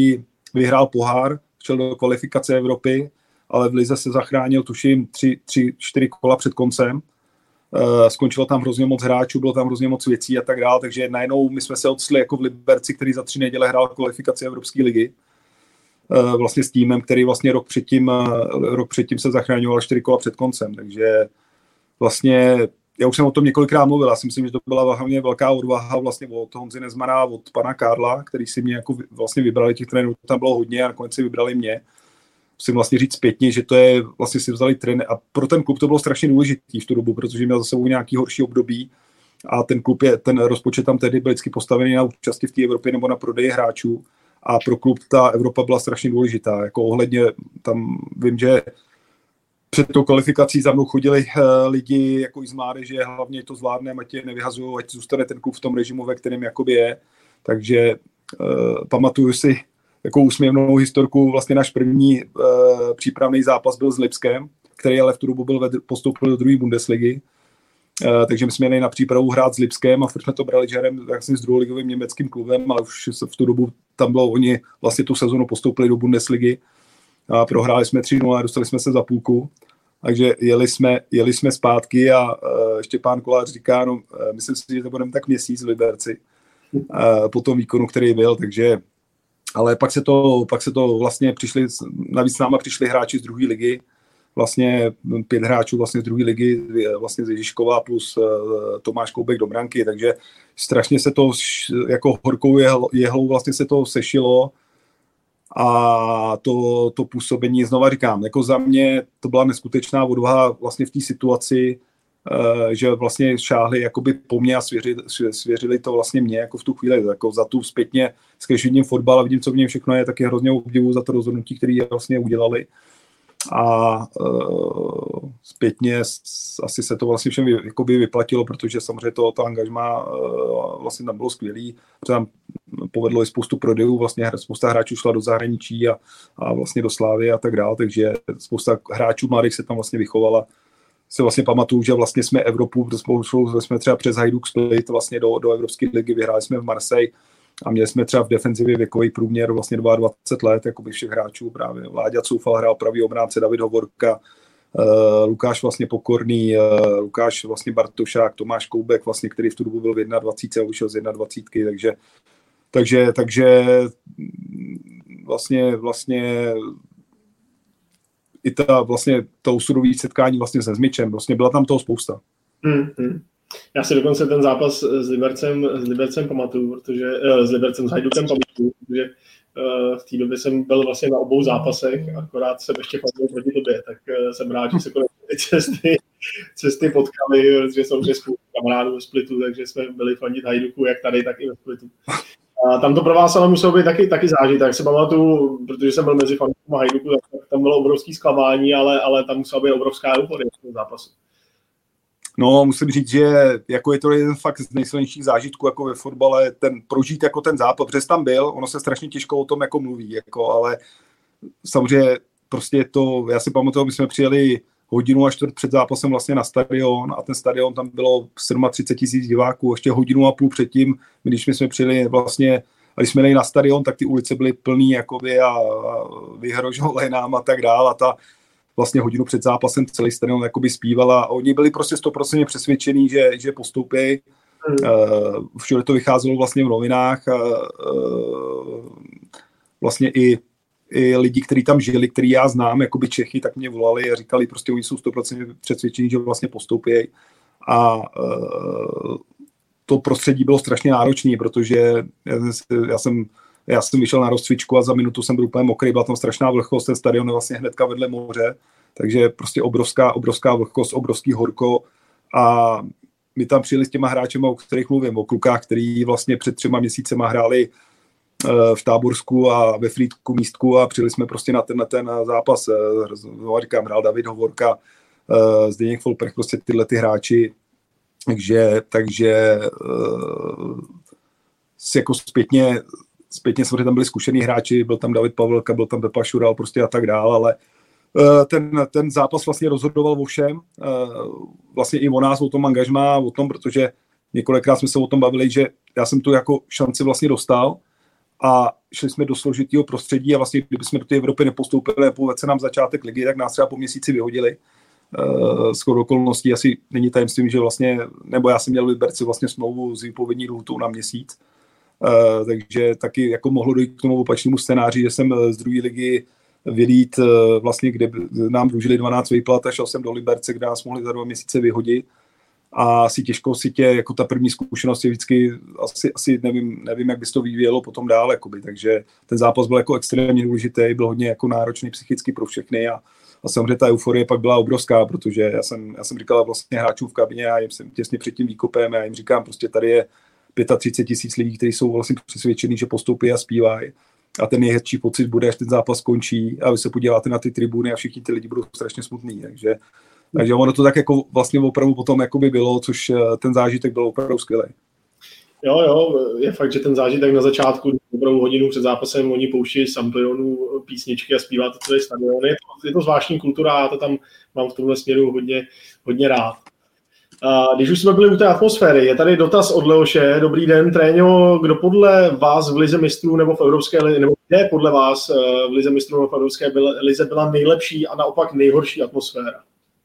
vyhrál pohár, šel do kvalifikace Evropy, ale v lize se zachránil, tuším, tři, tři, čtyři kola před koncem. Uh, skončilo tam hrozně moc hráčů, bylo tam hrozně moc věcí a tak dále, takže najednou my jsme se odstli jako v Liberci, který za tři neděle hrál kvalifikaci Evropské ligy. Uh, vlastně s týmem, který vlastně rok předtím, uh, rok předtím se zachraňoval čtyři kola před koncem, takže vlastně já už jsem o tom několikrát mluvil, já si myslím, že to byla hlavně velká odvaha vlastně od Honzy Nezmana, od pana Karla, který si mě jako vlastně vybrali, těch trenérů tam bylo hodně a nakonec si vybrali mě. Musím vlastně říct zpětně, že to je, vlastně si vzali trenér a pro ten klub to bylo strašně důležitý v tu dobu, protože měl za sebou nějaký horší období a ten klub je, ten rozpočet tam tehdy byl vždycky postavený na účasti v té Evropě nebo na prodeji hráčů a pro klub ta Evropa byla strašně důležitá, jako ohledně tam vím, že před tou kvalifikací za mnou chodili uh, lidi jako i z mládeže, hlavně to zvládne, ať tě nevyhazují, ať zůstane ten klub v tom režimu, ve kterém jakoby je. Takže uh, pamatuju si jako úsměvnou historku, vlastně náš první uh, přípravný zápas byl s Lipskem, který ale v tu dobu byl ved, postoupil do druhé Bundesligy. Uh, takže my jsme měli na přípravu hrát s Lipskem a furt jsme to brali žerem vlastně s druholigovým německým klubem, ale už v tu dobu tam bylo, oni vlastně tu sezonu postoupili do Bundesligy. A prohráli jsme tři nula a dostali jsme se za půlku. Takže jeli jsme, jeli jsme zpátky a uh, ještě pán Kolář říká, no, uh, myslím si, že to budeme tak měsíc v Liberci uh, po tom výkonu, který byl, takže ale pak se to, pak se to vlastně přišli, navíc s náma přišli hráči z druhé ligy, vlastně pět hráčů vlastně z druhé ligy, vlastně z Ježiškova plus uh, Tomáš Koubek do branky, takže strašně se to jako horkou jehlou, jehlou vlastně se to sešilo. A to, to působení, znova říkám, jako za mě to byla neskutečná odvaha vlastně v té situaci, uh, že vlastně šáhli jakoby po mně a svěřili, svěřili to vlastně mě jako v tu chvíli, jako za tu zpětně, když vidím fotbal a vidím, co v něm všechno je, taky hrozně obdivuju za to rozhodnutí, které vlastně udělali. A uh, zpětně asi se to vlastně všem jakoby vyplatilo, protože samozřejmě to, to angažmá uh, vlastně tam bylo skvělý, protože tam povedlo i spoustu prodejů, vlastně spousta hráčů šla do zahraničí a, a vlastně do Slávy a tak dále, takže spousta hráčů mladých se tam vlastně vychovala. Si vlastně pamatuju, že vlastně jsme Evropu, spolu jsme třeba přes Hajduk Split vlastně do, do Evropské ligy, vyhráli jsme v Marseille a měli jsme třeba v defenzivě věkový průměr vlastně dvacet dva let, jakoby všech hráčů právě. Láďa Coufal hrál pravý obránce, David Hovorka, uh, Lukáš vlastně Pokorný, uh, Lukáš vlastně Bartošák, Tomáš Koubek, vlastně, který v tu dobu byl v dvacet jedna a vyšel z dvacet jedna, takže takže, takže vlastně, vlastně i ta vlastně to osudové setkání vlastně se Zmičem, vlastně byla tam toho spousta. Hmm, hmm. Já si dokonce ten zápas s Libercem, s Libercem pamatuju, protože uh, s Libercem s Hajdukem pamatuju, protože uh, v té době jsem byl vlastně na obou zápasech, akorát jsem ještě chodil proti tobě, tak uh, jsem rád, že se konečně ty cesty, cesty potkaly, protože jsem že spolu kamarádů ve Splitu, takže jsme byli fandit Hajduku, jak tady, tak i ve Splitu. A tam to pro vás ale muselo být taky, taky zážitek, tak se pamatuju, protože jsem byl mezi fanoušky Hajduku, tak tam bylo obrovský zklamání, ale, ale tam musela být obrovská euforie v tom zápasu. No, musím říct, že jako je to jeden fakt z nejsilnějších zážitků jako ve fotbale, ten prožít jako ten zápas, protože tam byl, ono se strašně těžko o tom jako mluví, jako, ale samozřejmě prostě je to, já si pamatuju, my jsme přijeli hodinu a čtvrt před zápasem vlastně na stadion a ten stadion tam bylo třicet sedm tisíc diváků, ještě hodinu a půl předtím, když my jsme přijeli vlastně, a když jsme jeli na stadion, tak ty ulice byly plný jakoby a, a vyhrožovaly nám a tak dál a ta vlastně hodinu před zápasem celý stadion jakoby zpívala a oni byli prostě sto procent přesvědčení, že, že postoupí. Hmm. Uh, všude to vycházelo vlastně v novinách a uh, vlastně i i lidi, kteří tam žili, který já znám, jakoby Čechy, tak mě volali a říkali, prostě oni jsou sto procent přesvědčení, že vlastně postoupí. A uh, to prostředí bylo strašně náročné, protože já jsem, já jsem vyšel na rozcvičku a za minutu jsem byl úplně mokrý, byla tam strašná vlhkost, ten stadion je vlastně hnedka vedle moře, takže prostě obrovská, obrovská vlhkost, obrovský horko a my tam přijeli s těma hráčema, o kterých mluvím, o klukách, který vlastně před třema měsícema hráli v Táborsku a ve Frýdku místku a přijeli jsme prostě na ten, na ten zápas. No, říkám, hrál David Hovorka, Zdeněk Folprech, prostě tyhle ty hráči. Takže, takže jako zpětně, zpětně samozřejmě tam byli zkušený hráči, byl tam David Pavelka, byl tam Pepa Šural prostě a tak dál, ale ten, ten zápas vlastně rozhodoval o všem. Vlastně i o nás, o tom angažmá, o tom, protože několikrát jsme se o tom bavili, že já jsem tu jako šanci vlastně dostal, a šli jsme do složitého prostředí a vlastně kdybychom do té Evropy nepostoupili, nepovedl se nám začátek ligy, tak nás třeba po měsíci vyhodili. Uh, shodou okolností asi není tajemstvím, že vlastně, nebo já jsem měl v Liberci vlastně smlouvu s výpovědní lhůtou na měsíc, uh, takže taky jako mohlo dojít k tomu opačnému scénáři, že jsem z druhé ligy vylít uh, vlastně, kde nám dlužili dvanáct výplat a šel jsem do Liberce, kde nás mohli za dva měsíce vyhodit a asi těžko si tě, jako ta první zkušenost je vždycky, asi, asi nevím, nevím, jak by se to vyvíjelo potom dál, jakoby, takže ten zápas byl jako extrémně důležitý, byl hodně jako náročný psychicky pro všechny a A samozřejmě ta euforie pak byla obrovská, protože já jsem, já jsem říkal vlastně hráčům v kabině a jim jsem těsně před tím výkopem a já jim říkám, prostě tady je třicet pět tisíc lidí, kteří jsou vlastně přesvědčení, že postoupí a zpívají. A ten nejhezčí pocit bude, až ten zápas skončí a vy se podíváte na ty tribuny a všichni ty lidi budou strašně smutní. Takže, takže ono to tak jako vlastně opravdu potom jakoby bylo, což ten zážitek byl opravdu skvělý. Jo, jo, je fakt, že ten zážitek na začátku, opravdu hodinu před zápasem, oni pouští Samplionů písničky a zpívá to celý stadion. Je to, je to zvláštní kultura a já to tam mám v tomhle směru hodně, hodně rád. A když už jsme byli u té atmosféry, je tady dotaz od Leoše. Dobrý den, Tréňo, kdo podle vás v Lize mistrů nebo v Evropské lize, nebo kde podle vás v Lize mistrů nebo v Evropské lize byla nejlepší a naopak nejhorší atmosféra?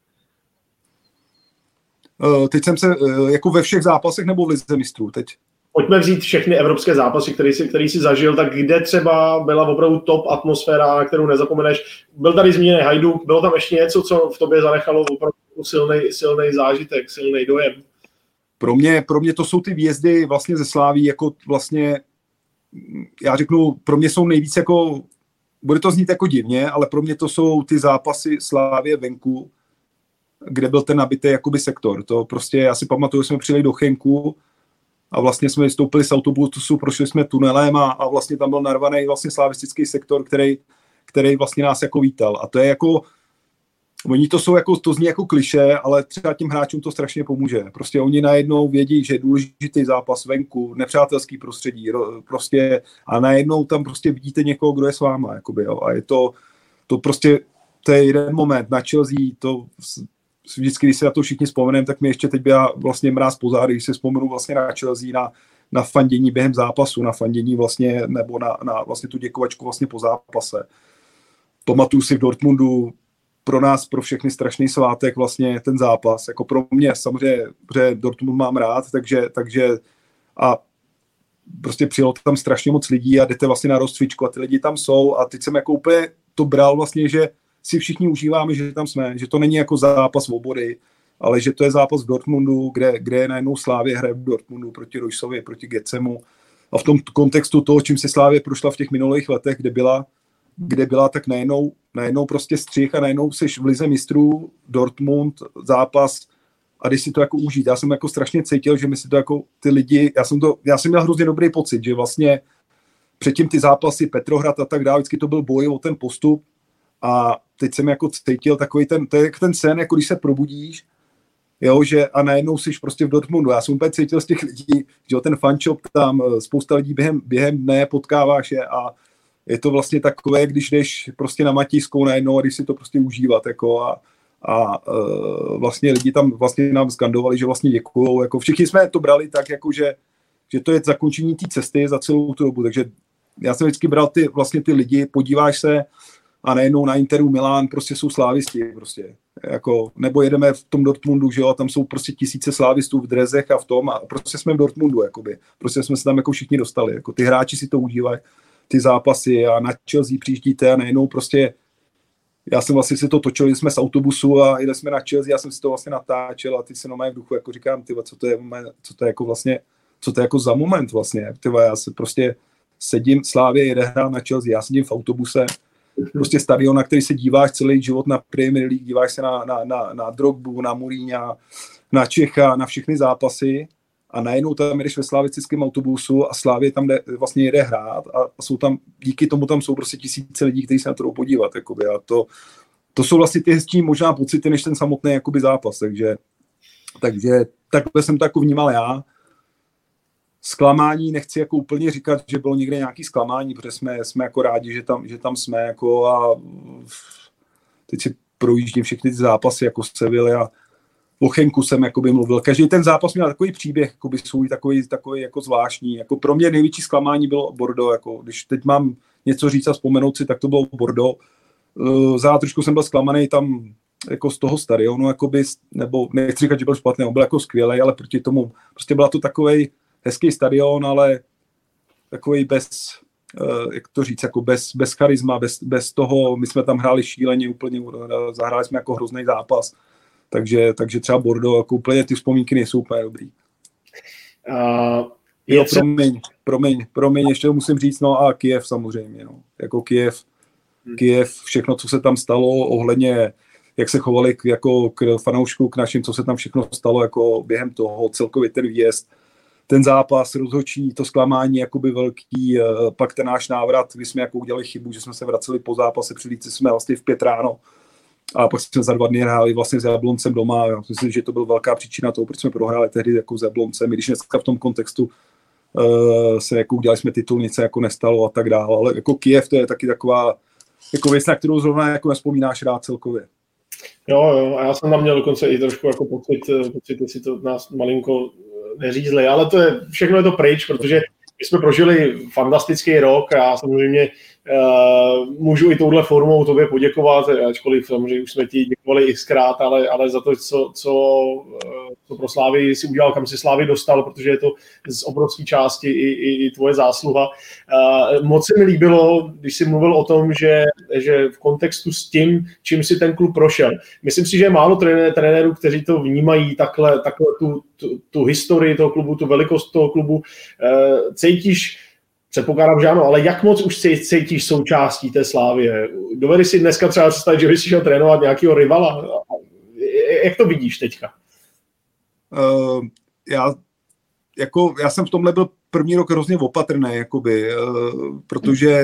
Teď jsem se, jako ve všech zápasech nebo v Lize mistrů teď? Pojďme vzít všechny evropské zápasy, který jsi, který jsi zažil, tak kde třeba byla opravdu top atmosféra, na kterou nezapomeneš. Byl tady zmíněný Hajduk, bylo tam ještě něco, co v tobě zanechalo opravdu silný, silný zážitek, silný dojem? Pro mě, pro mě to jsou ty výjezdy vlastně ze Sláví, jako vlastně, já řeknu, pro mě jsou nejvíc jako, bude to znít jako divně, ale pro mě to jsou ty zápasy Slávie venku, kde byl ten nabitý jakoby sektor. To prostě, já si pamatuju, jsme přijeli do Chenku a vlastně jsme vystoupili z autobusu, prošli jsme tunelem a, a vlastně tam byl narvaný vlastně slavistický sektor, který, který vlastně nás jako vítal. A to je jako, oni to jsou jako, to zní jako klišé, ale třeba těm hráčům to strašně pomůže. Prostě oni najednou vědí, že je důležitý zápas venku, nepřátelský prostředí, prostě a najednou tam prostě vidíte někoho, kdo je s váma, jakoby, jo. A je to, to prostě, to je jeden moment na Chelsea, to vždycky, když se na to všichni vzpomeneme, tak mi ještě teď byla vlastně mráz po zády, když se vzpomenu vlastně na Chelsea, na, na fandění během zápasu, na fandění vlastně, nebo na, na vlastně tu děkovačku vlastně po zápase. Pamatuju si v Dortmundu pro nás, pro všechny strašný svátek vlastně ten zápas, jako pro mě samozřejmě, protože Dortmund mám rád, takže, takže a prostě přijelo tam strašně moc lidí a jdete vlastně na rozcvičku a ty lidi tam jsou a teď jsem jako úplně to bral vlastně, že si všichni užíváme, že tam jsme, že to není jako zápas o body, ale že to je zápas v Dortmundu, kde, kde je najednou Slávě hraje v Dortmundu proti Roysovi, proti Getsemu. A v tom kontextu toho, čím si Slávě prošla v těch minulých letech, kde byla, kde byla tak najednou, najednou prostě střih a najednou seš v Lize mistrů, Dortmund, zápas a když si to jako užít. Já jsem jako strašně cítil, že mi si to jako ty lidi, já jsem, to, já jsem měl hrozně dobrý pocit, že vlastně předtím ty zápasy Petrohrad a tak dále, vždycky to byl boj o ten postup. A teď jsem jako cítil takový ten, to je ten sen, jako když se probudíš, jo, že a najednou jsi prostě v Dortmundu. Já jsem úplně cítil z těch lidí, že ten fanshop tam, spousta lidí během, během dne potkáváš je a je to vlastně takové, když jdeš prostě na Matískou najednou a když si to prostě užívat, jako a, a uh, vlastně lidi tam vlastně nám skandovali, že vlastně děkujou, jako všichni jsme to brali tak, jako že, že to je zakončení té cesty za celou tu dobu, takže já jsem vždycky bral ty, vlastně ty lidi, podíváš se a najednou na Interu Milán prostě jsou slávisti, prostě, jako, nebo jedeme v tom Dortmundu, že jo, a tam jsou prostě tisíce slávistů v drezech a v tom a prostě jsme v Dortmundu, jakoby, prostě jsme se tam jako všichni dostali, jako ty hráči si to užívají, ty zápasy a na Chelsea přijíždíte a najednou prostě, já jsem vlastně si to točil, jsme z autobusu a jeli jsme na Chelsea, já jsem si to vlastně natáčel a ty se normálně v duchu jako říkám, tyva, co to je, co to je jako vlastně, co to je jako za moment vlastně, tyva, já se prostě sedím, Slávě jede hrát na Chelsea, já sedím v autobuse, prostě stadion, na který se díváš celý život na Premier League, díváš se na, na, na, na Drogbu, na Mourinha, na Čecha, na všechny zápasy a najednou tam jdeš ve slavistickém autobusu a Slávě tam jde, vlastně jede hrát a jsou tam, díky tomu tam jsou prostě tisíce lidí, kteří se na to jdou podívat. Jakoby, a to, to jsou vlastně ty hezčí možná pocity, než ten samotný jakoby, zápas. Takže, takže takhle jsem to jako vnímal já. Zklamání nechci jako úplně říkat, že bylo někde nějaký zklamání, protože jsme, jsme jako rádi, že tam, že tam jsme jako a teď si projíždím všechny ty zápasy jako Sevilla, o Chenku jsem jakoby mluvil. Každý ten zápas měl takový příběh, jakoby svůj, takový, takový jako zvláštní. Jako pro mě největší zklamání bylo Bordeaux. Jako, když teď mám něco říct a vzpomenout si, tak to bylo Bordeaux. Uh, za trošku jsem byl zklamaný tam jako z toho stadionu, jakoby, nebo nechci říkat, že byl špatný, on byl jako skvělý, ale proti tomu prostě byla to takovej hezký stadion, ale takový bez, uh, jak to říct, jako bez, bez charisma, bez, bez toho, my jsme tam hráli šíleně úplně, zahráli jsme jako hrozný zápas. Takže, takže třeba Bordeaux, jako úplně ty vzpomínky nejsou úplně dobrý. Uh, jo, co... promiň, promiň, promiň, ještě to musím říct, no a Kyjev samozřejmě, no. Jako Kyjev, hmm. Kyjev, všechno, co se tam stalo ohledně, jak se chovali k, jako k fanoušku, k našim, co se tam všechno stalo jako během toho, celkově ten výjezd, ten zápas, rozhodčí, to zklamání jakoby velký, pak ten náš návrat, kdy jsme jako udělali chybu, že jsme se vraceli po zápase, přilíci jsme vlastně v pět ráno, a pak jsme za dva dny hráli vlastně s Jabloncem doma. Já myslím, že to byla velká příčina toho, proč jsme prohráli tehdy jako s Jabloncem, i když dneska v tom kontextu uh, se jako udělali jsme titul, nic se jako nestalo a tak dále, ale jako Kyjev to je taky taková jako věc, na kterou zrovna jako nespomínáš rád celkově. Jo, jo, a já jsem tam měl dokonce i trošku jako pocit, pocit, jestli to nás malinko neřízli, ale to je, všechno je to pryč, protože my jsme prožili fantastický rok a já samozřejmě uh, můžu i touhle formou tobě poděkovat, ačkoliv samozřejmě už jsme ti děkovali xkrát, ale, ale za to, co, co, co pro Slávy si udělal, kam si Slávy dostal, protože je to z obrovské části i, i, i tvoje zásluha. Uh, moc se mi líbilo, když jsi mluvil o tom, že, že v kontextu s tím, čím si ten klub prošel. Myslím si, že je málo trenérů, kteří to vnímají takhle, takhle tu, tu, tu historii toho klubu, tu velikost toho klubu. Uh, cítíš, předpokládám, že ano, ale jak moc už cítíš součástí té Slávie? Dovedeš si dneska třeba představit, že bys šel trénovat nějakého rivala? Jak to vidíš teďka? Uh, já, jako, já jsem v tomhle byl první rok hrozně opatrný, jakoby, uh, protože,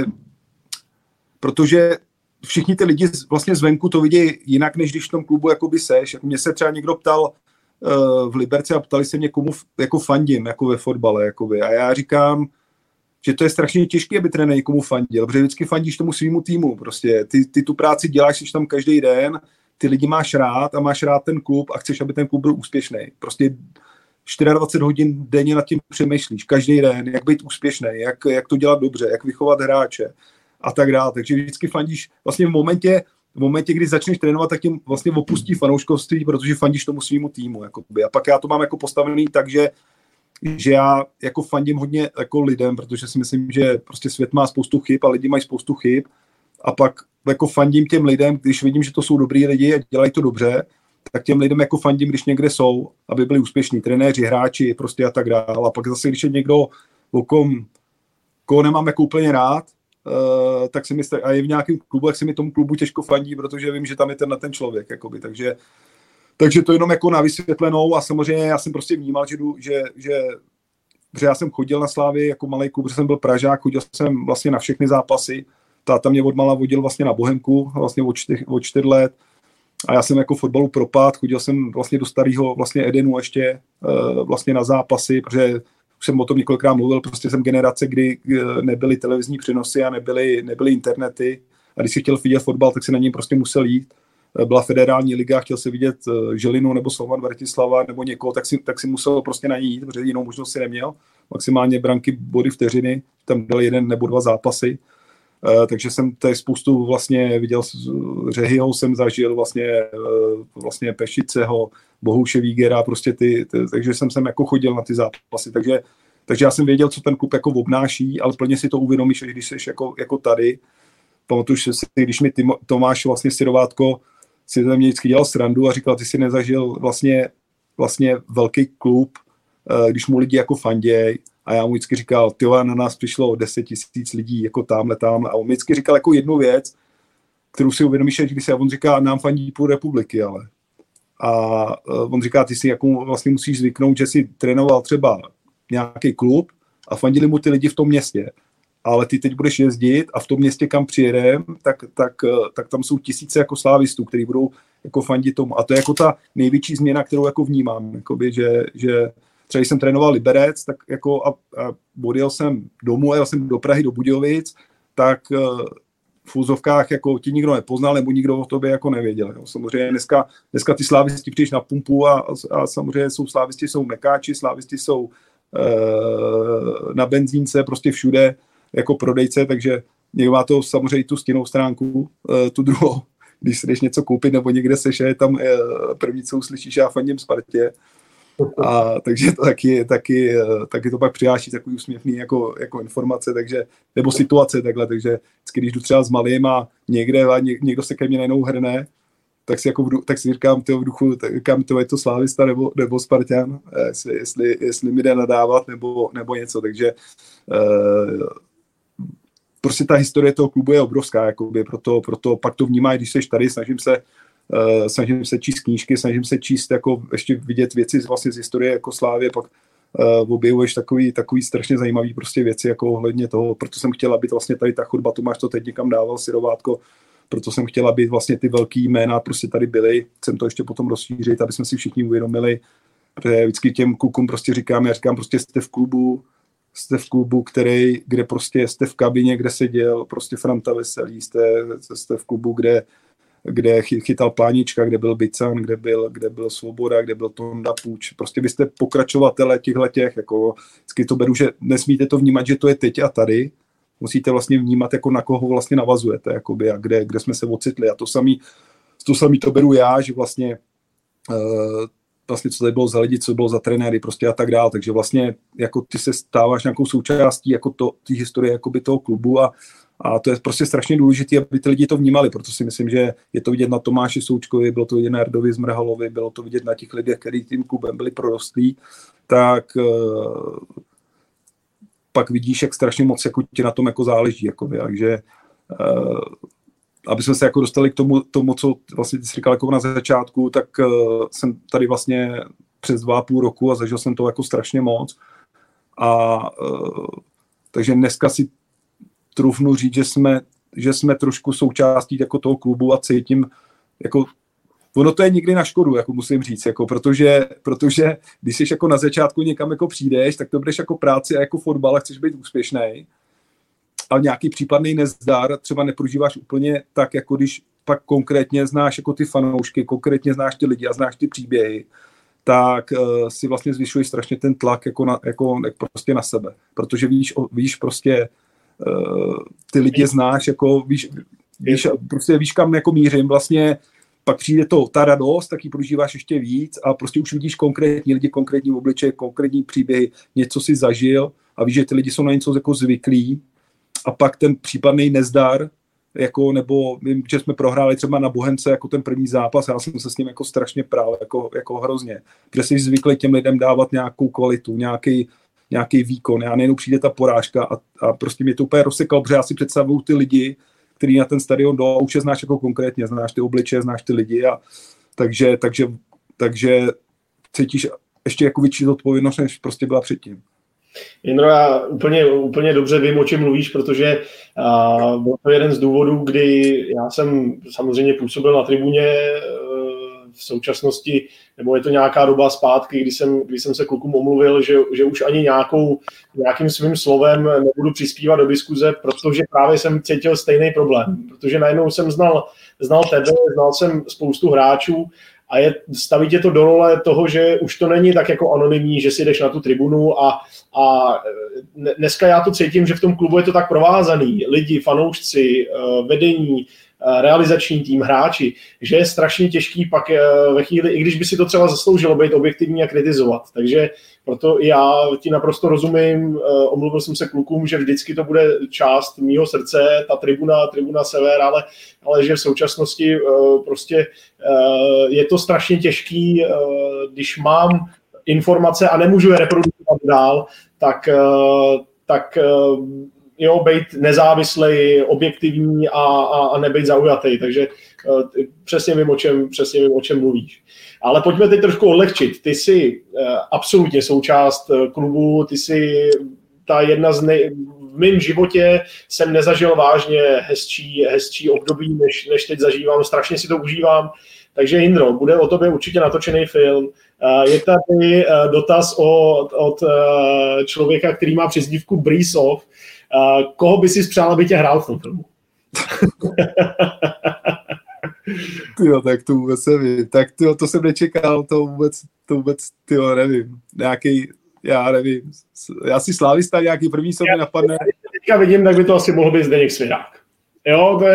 protože všichni ty lidi vlastně zvenku to vidí jinak, než když v tom klubu jakoby seš. Mě se třeba někdo ptal uh, v Liberci a ptali se mě, komu jako fandím jako ve fotbale. Jakoby. A já říkám, že to je strašně těžké, aby trenér někomu fandil, protože vždycky fandíš tomu svýmu týmu. Prostě ty, ty tu práci děláš, jsi tam každý den, ty lidi máš rád a máš rád ten klub a chceš, aby ten klub byl úspěšný. Prostě dvacet čtyři hodin denně nad tím přemýšlíš, každý den, jak být úspěšný, jak, jak to dělat dobře, jak vychovat hráče a tak dále. Takže vždycky fandíš vlastně v momentě, v momentě, kdy začneš trénovat, tak tím vlastně opustí fanouškovství, protože fandíš tomu svýmu týmu. Jakoby. A pak já to mám jako postavený tak, že že já jako fandím hodně jako lidem, protože si myslím, že prostě svět má spoustu chyb a lidi mají spoustu chyb a pak jako fandím těm lidem, když vidím, že to jsou dobrý lidi a dělají to dobře, tak těm lidem jako fandím, když někde jsou, aby byli úspěšní trenéři, hráči prostě a tak dále. A pak zase, když je někdo, o kom, koho nemám jako úplně rád, uh, tak si myslím, a je v nějakém klubu, tak se mi tomu klubu těžko fandí, protože vím, že tam je ten, ten člověk, jakoby, takže Takže to jenom jako na vysvětlenou a samozřejmě já jsem prostě vnímal, že, jdu, že, že, že já jsem chodil na Slávy jako malý klub, že jsem byl Pražák, chodil jsem vlastně na všechny zápasy. Táta mě odmala vodil vlastně na Bohemku, vlastně od čtyř, od čtyř let. A já jsem jako fotbalu propad, chodil jsem vlastně do starého vlastně Edenu ještě uh, vlastně na zápasy, protože už jsem o tom několikrát mluvil, prostě jsem generace, kdy nebyly televizní přenosy a nebyly, nebyly internety. A když si chtěl vidět fotbal, tak si na něj prostě musel jít. Byla federální liga, chtěl se vidět Žilinu nebo Slovan Bratislava nebo někoho, tak si, tak si musel prostě na ní jít, protože jinou možnost si neměl. Maximálně branky, body, vteřiny, tam dali jeden nebo dva zápasy. Uh, takže jsem tady spoustu vlastně viděl, Řehyho jsem zažil, vlastně, uh, vlastně Pešiceho, Bohuše Vígera, prostě ty, ty, takže jsem sem jako chodil na ty zápasy. Takže, takže já jsem věděl, co ten klub jako obnáší, ale plně si to uvědomíš, když jsi jako, jako tady. Pamatuju si, když mi Timo, Tomáš vlastně Sirovátko si tam mě vždycky dělal srandu a říkal, ty si nezažil vlastně, vlastně velký klub, když mu lidi jako fanděj. A já mu vždycky říkal, tyjo, na nás přišlo deset tisíc lidí, jako tamhle, tamhle. A on mi vždycky říkal jako jednu věc, kterou si uvědomíš, když se, a on říká, nám fandí půl republiky, ale. A on říká, ty si jako vlastně musíš zvyknout, že si trénoval třeba nějaký klub a fandili mu ty lidi v tom městě. Ale ty teď budeš jezdit a v tom městě, kam přijedem, tak, tak, tak tam jsou tisíce jako slávistů, kteří budou jako fandit tomu. A to je jako ta největší změna, kterou jako vnímám. Jakoby, že, že třeba když jsem trénoval Liberec, tak jako a, a odjel jsem domů, jel jsem do Prahy, do Budějovic, tak v úzovkách jako ti nikdo nepoznal, nebo nikdo o tobě jako nevěděl. Jo. Samozřejmě dneska, dneska ty slávisti přijdeš na pumpu a, a samozřejmě jsou slávisti, jsou mekáči, slávisti jsou e, na benzínce, prostě všude jako prodejce, takže někdo má to samozřejmě tu stinnou stránku, e, tu druhou, když si jdeš něco koupit nebo někde seš, je tam e, první, co uslyšíš, já fandím Spartě. A takže to taky, taky, taky to pak přináší takový úsměvný jako, jako informace, takže, nebo situace takhle, takže vždycky, když jdu třeba s malým a někde a ně, někdo se ke mně najednou hrne, tak si, jako v, tak si říkám tyho v duchu, tak říkám, to je to slávista nebo, nebo Spartan, jestli, jestli, jestli mi jde nadávat nebo, nebo něco, takže eh, prostě ta historie toho klubu je obrovská, jakoby, proto, proto pak to vnímá, když seš tady, snažím se Uh, snažím se číst knížky, snažím se číst, jako ještě vidět věci vlastně z historie jako Slávě, pak uh, objevuješ takový, takový strašně zajímavý prostě věci jako ohledně toho, proto jsem chtěla být vlastně tady ta chodba, Tomáš to teď někam dával, Sirovátko, proto jsem chtěla být vlastně ty velký jména prostě tady byly, chcem to ještě potom rozšířit, aby jsme si všichni uvědomili, protože vždycky těm klukům prostě říkám, já říkám prostě jste v klubu, jste v klubu, který, kde prostě jste v kabině, kde seděl prostě Franta Veselý, jste, jste v klubu, kde kde chytal Plánička, kde byl Bican, kde byl, kde byl Svoboda, kde byl Tonda Půjč. Prostě byste pokračovatele těchhletěch, jako vždycky to beru, že nesmíte to vnímat, že to je teď a tady, musíte vlastně vnímat, jako na koho vlastně navazujete, jakoby, a kde, kde jsme se ocitli. A to samý, to samý to beru já, že vlastně, uh, vlastně co tady bylo za lidi, co bylo za trenéry, prostě a tak dál. Takže vlastně jako ty se stáváš nějakou součástí jako to, ty historie jakoby toho klubu a A to je prostě strašně důležité, aby ty lidi to vnímali, proto si myslím, že je to vidět na Tomáši Součkovi, bylo to vidět na Erdovi Zmrhalovi, bylo to vidět na těch lidech, kteří tím klubem byli prorostlí, tak uh, pak vidíš, jak strašně moc jako ti na tom jako záleží. Jako, takže uh, aby jsme se jako dostali k tomu, tomu co vlastně ty jsi říkal jako na začátku, tak uh, jsem tady vlastně přes dva a půl roku a zažil jsem to jako strašně moc. A uh, takže dneska si trufnu říct, že jsme, že jsme trošku součástí jako toho klubu a cítím, jako, ono to je nikdy na škodu, jako musím říct, jako, protože, protože když jsi jako na začátku někam jako přijdeš, tak to budeš jako práci a jako fotbal a chceš být úspěšný, ale nějaký případný nezdar třeba neprožíváš úplně tak, jako když pak konkrétně znáš jako ty fanoušky, konkrétně znáš ty lidi a znáš ty příběhy, tak uh, si vlastně zvyšuješ strašně ten tlak jako, na, jako, jako prostě na sebe, protože víš, víš prostě Uh, ty lidi znáš, jako víš, víš, prostě víš, kam jako mířím, vlastně pak přijde to, ta radost, tak ji prožíváš ještě víc a prostě už vidíš konkrétní lidi, konkrétní obličeje, konkrétní příběhy, něco si zažil a víš, že ty lidi jsou na něco jako zvyklí a pak ten případný nezdar, jako, nebo vím, že jsme prohráli třeba na Bohemce jako ten první zápas, já jsem se s ním jako strašně prál, jako, jako hrozně, protože jsi zvyklý těm lidem dávat nějakou kvalitu, nějaký nějaký výkon, a najednou přijde ta porážka a, a prostě mě to úplně rozsekal, protože já si představuju ty lidi, kteří na ten stadion jdou, už je znáš jako konkrétně, znáš ty obličeje, znáš ty lidi a takže, takže, takže cítíš ještě jako větší odpovědnost, než prostě byla předtím. Jindro, já úplně, úplně dobře vím, o čem mluvíš, protože uh, byl to jeden z důvodů, kdy já jsem samozřejmě působil na tribuně uh, v současnosti, nebo je to nějaká doba zpátky, kdy jsem, kdy jsem se klukům omluvil, že, že už ani nějakou, nějakým svým slovem nebudu přispívat do diskuze, protože právě jsem cítil stejný problém, protože najednou jsem znal, znal tebe, znal jsem spoustu hráčů a je, staví tě to do role toho, že už to není tak jako anonymní, že si jdeš na tu tribunu a, a dneska já to cítím, že v tom klubu je to tak provázaný, lidi, fanoušci, vedení, realizační tým, hráči, že je strašně těžký pak ve chvíli, i když by si to třeba zasloužilo být objektivní a kritizovat. Takže proto já ti naprosto rozumím, omluvil jsem se klukům, že vždycky to bude část mýho srdce, ta tribuna, tribuna Sever, ale, ale že v současnosti prostě je to strašně těžký, když mám informace a nemůžu je reprodukovat dál, tak, tak jo, být nezávislý, objektivní a, a, a nebejt zaujatý, takže uh, přesně vím, o čem, přesně vím, o čem mluvíš. Ale pojďme teď trošku odlehčit. Ty jsi uh, absolutně součást uh, klubu, ty jsi ta jedna z nej... v mém životě jsem nezažil vážně hezčí, hezčí období, než, než teď zažívám, strašně si to užívám. Takže Jindro, bude o tobě určitě natočený film. Uh, je tady uh, dotaz od, od uh, člověka, který má přezdívku Breeze Off. Uh, koho by si přál, aby tě hrál v tom filmu? Tyjo, tak to vůbec nevím. Tak tyjo, to jsem nečekal, to vůbec, to vůbec, tyjo, nevím. Nějaký, já nevím. Já si slávista nějaký první, co mi napadne. Teďka vidím, tak by to asi mohl být Zdeněk Svěrák. Jo, to je...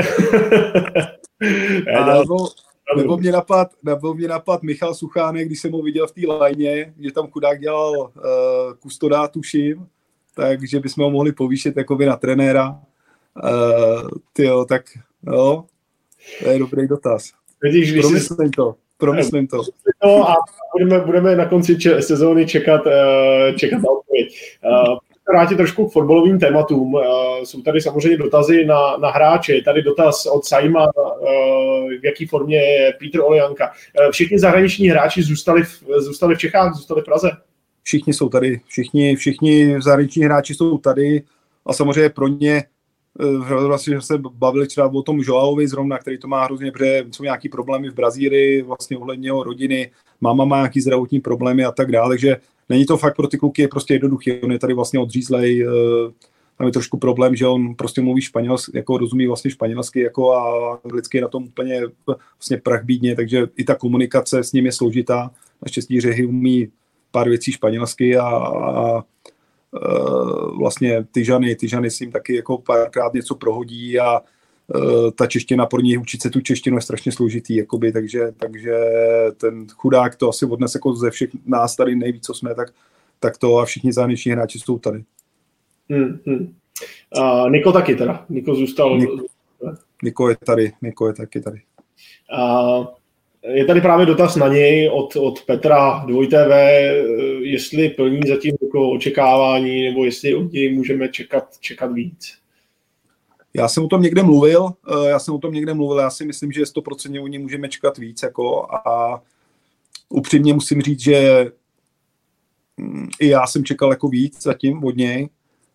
nebo, nebo, mě napad, nebo mě napad Michal Suchánek, když jsem ho viděl v té lajně, že tam chudák dělal uh, kustoda, tuším, takže bychom ho mohli povýšit jakoby na trenéra. Uh, tyjo, tak jo, to je dobrý dotaz. Vidíš, když promyslím jsi... to, promyslím to. No a budeme, budeme na konci če- sezóny čekat, uh, čekat na odpověď. Uh, Vrátit trošku k fotbalovým tématům. Uh, jsou tady samozřejmě dotazy na, na hráče. Je tady dotaz od Saima, uh, v jaký formě je Petr Oljanka. Uh, všichni zahraniční hráči zůstali v, zůstali v Čechách, zůstali v Praze? Všichni jsou tady. Všichni, všichni zahraniční hráči jsou tady a samozřejmě pro ně vlastně se bavili třeba o tom Joaovi zrovna, který to má hrozně, protože jsou nějaký problémy v Brazílii, vlastně ohledně jeho rodiny, máma má nějaký zdravotní problémy a tak dále, takže není to fakt pro ty kluky, je prostě jednoduchý, on je tady vlastně odřízlej, tam je trošku problém, že on prostě mluví španělsky, jako rozumí vlastně španělsky jako a anglicky je na tom úplně vlastně prachbídně, takže i ta komunikace s ním je složitá, naštěstí Řehy umí pár věcí španělsky a, a Uh, vlastně Tyžany, Tyžany s ním taky jako párkrát něco prohodí a uh, ta čeština pro něj učit se tu češtinu je strašně složitý, jakoby, takže, takže ten chudák to asi odnes jako ze všech nás tady nejvíc, co jsme, tak, tak to a všichni zahraniční hráči jsou tady. Hmm, hmm. A Niko taky teda, Niko zůstal. Niko, Niko je tady, Niko je taky tady. A je tady právě dotaz na něj od, od Petra dvoj té vé, jestli plní zatím jako očekávání, nebo jestli od něj můžeme čekat, čekat víc. Já jsem o tom někde mluvil, já jsem o tom někde mluvil, já si myslím, že sto procent o něj můžeme čekat víc, jako a upřímně musím říct, že i já jsem čekal jako víc zatím od něj,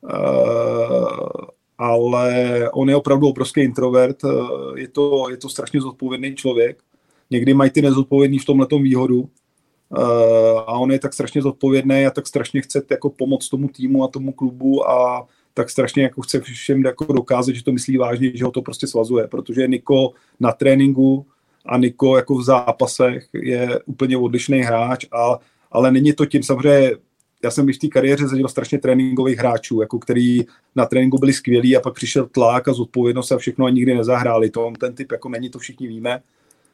ale on je opravdu obrovský introvert, je to, je to strašně zodpovědný člověk. Někdy mají ty nezodpovědní v tomhletom výhodu uh, a on je tak strašně zodpovědný a tak strašně chce jako pomoct tomu týmu a tomu klubu a tak strašně jako chce všem jako dokázat, že to myslí vážně, že ho to prostě svazuje, protože Niko na tréninku a Niko jako v zápasech je úplně odlišný hráč, a, ale není to tím, samozřejmě já jsem v té kariéře zažil strašně tréninkových hráčů, jako který na tréninku byli skvělí a pak přišel tlak a zodpovědnost a všechno a nikdy nezahráli. To on ten typ jako není, to všichni víme.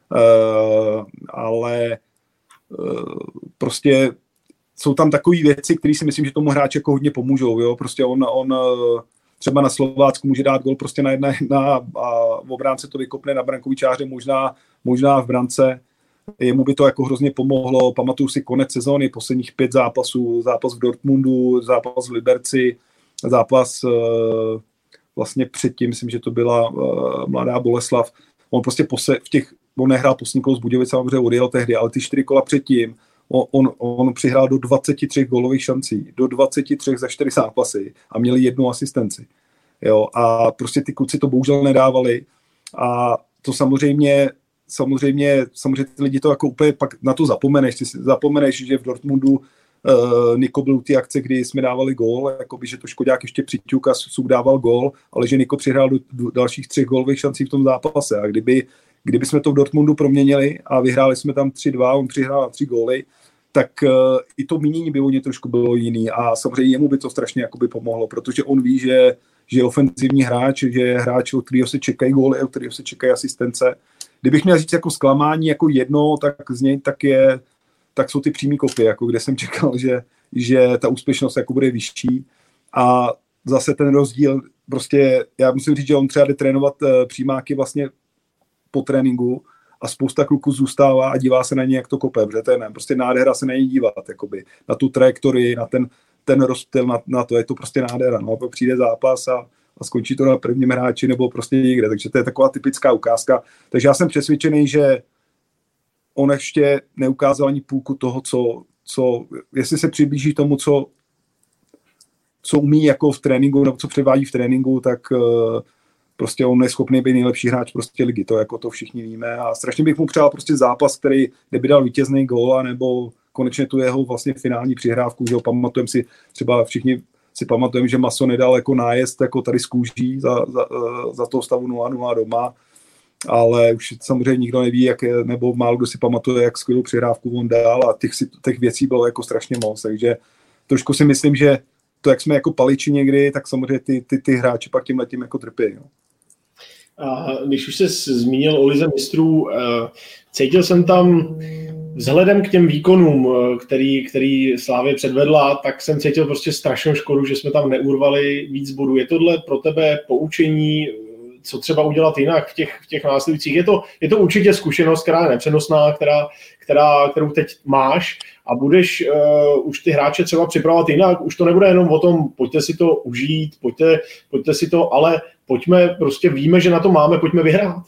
Uh, ale uh, prostě jsou tam takové věci, které si myslím, že tomu hráči jako hodně pomůžou. Jo? Prostě on, on uh, třeba na Slovácku může dát gol prostě na jedna jedna a v obránce to vykopne na brankový čáře, možná, možná v brance. Jemu by to jako hrozně pomohlo. Pamatuju si konec sezóny, posledních pět zápasů, zápas v Dortmundu, zápas v Liberci, zápas uh, vlastně předtím, myslím, že to byla uh, Mladá Boleslav. On prostě pose, v těch, on nehrál poslední kolo z Budějovic, samozřejmě odjel tehdy, ale ty čtyři kola předtím, on, on, on přihrál do dvacet tři gólových šancí, do dvacet tři za čtyři zápasy a měli jednu asistenci. Jo, a prostě ty kluci to bohužel nedávali a to samozřejmě, samozřejmě, samozřejmě ty lidi to jako úplně pak na to zapomeneš, ty si zapomeneš, že v Dortmundu uh, Niko byl u té akce, kdy jsme dávali gól, jakoby, že to Škodák ještě přiťuk a Suk dával gól, ale že Niko přihrál do, do dalších třech gólových šancí v tom zápase a kdyby Kdyby jsme to v Dortmundu proměnili a vyhráli jsme tam tři dva, on přihrál tři góly, tak uh, i to mínění by o ně trošku bylo jiný a samozřejmě jemu by to strašně jakoby pomohlo, protože on ví, že, že je ofenzivní hráč, že je hráč, od kterého se čekají góly, od kterého se čekají asistence. Kdybych měl říct jako zklamání jako jedno, tak z něj tak je, tak jsou ty přímý kopy, jako kde jsem čekal, že, že ta úspěšnost jako bude vyšší a zase ten rozdíl, prostě já musím říct, že on třeba jde trénovat uh, přímáky vlastně po tréninku a spousta kluků zůstává a dívá se na ně, jak to kope, protože to je ne, prostě nádhera se na ně dívat, jakoby, na tu trajektorii, na ten, ten rozptyl, na, na to, je to prostě nádhera, no, pak přijde zápas a, a skončí to na prvním hráči nebo prostě někde, takže to je taková typická ukázka, takže já jsem přesvědčený, že on ještě neukázal ani půlku toho, co, co jestli se přiblíží tomu, co, co umí jako v tréninku, nebo co předvádí v tréninku, tak uh, prostě on je schopný být nejlepší hráč prostě ligy, to jako to všichni víme a strašně bych mu přál prostě zápas, který kdyby dal vítězný gól, nebo konečně tu jeho vlastně finální přihrávku, že ho pamatujeme si, třeba všichni si pamatujeme, že Maso nedal jako nájezd jako tady z kůží za, za, za toho stavu nula nula doma, ale už samozřejmě nikdo neví, jak, nebo málo kdo si pamatuje, jak skvělou přihrávku on dal a těch, těch věcí bylo jako strašně moc, takže trošku si myslím, že to, jak jsme jako paliči někdy, tak samozřejmě ty, ty, ty hráči pak tím letím jako trpí. No. A když už se zmínil o lize mistrů, cítil jsem tam vzhledem k těm výkonům, který, který Slavie předvedla, tak jsem cítil prostě strašnou škodu, že jsme tam neurvali víc bodů. Je tohle pro tebe poučení, co třeba udělat jinak v těch, v těch následujících? Je to, je to určitě zkušenost, která je nepřenosná, která, která, kterou teď máš a budeš uh, už ty hráče třeba připravovat jinak. Už to nebude jenom o tom, pojďte si to užít, pojďte, pojďte si to, ale pojďme, prostě víme, že na to máme, pojďme vyhrát.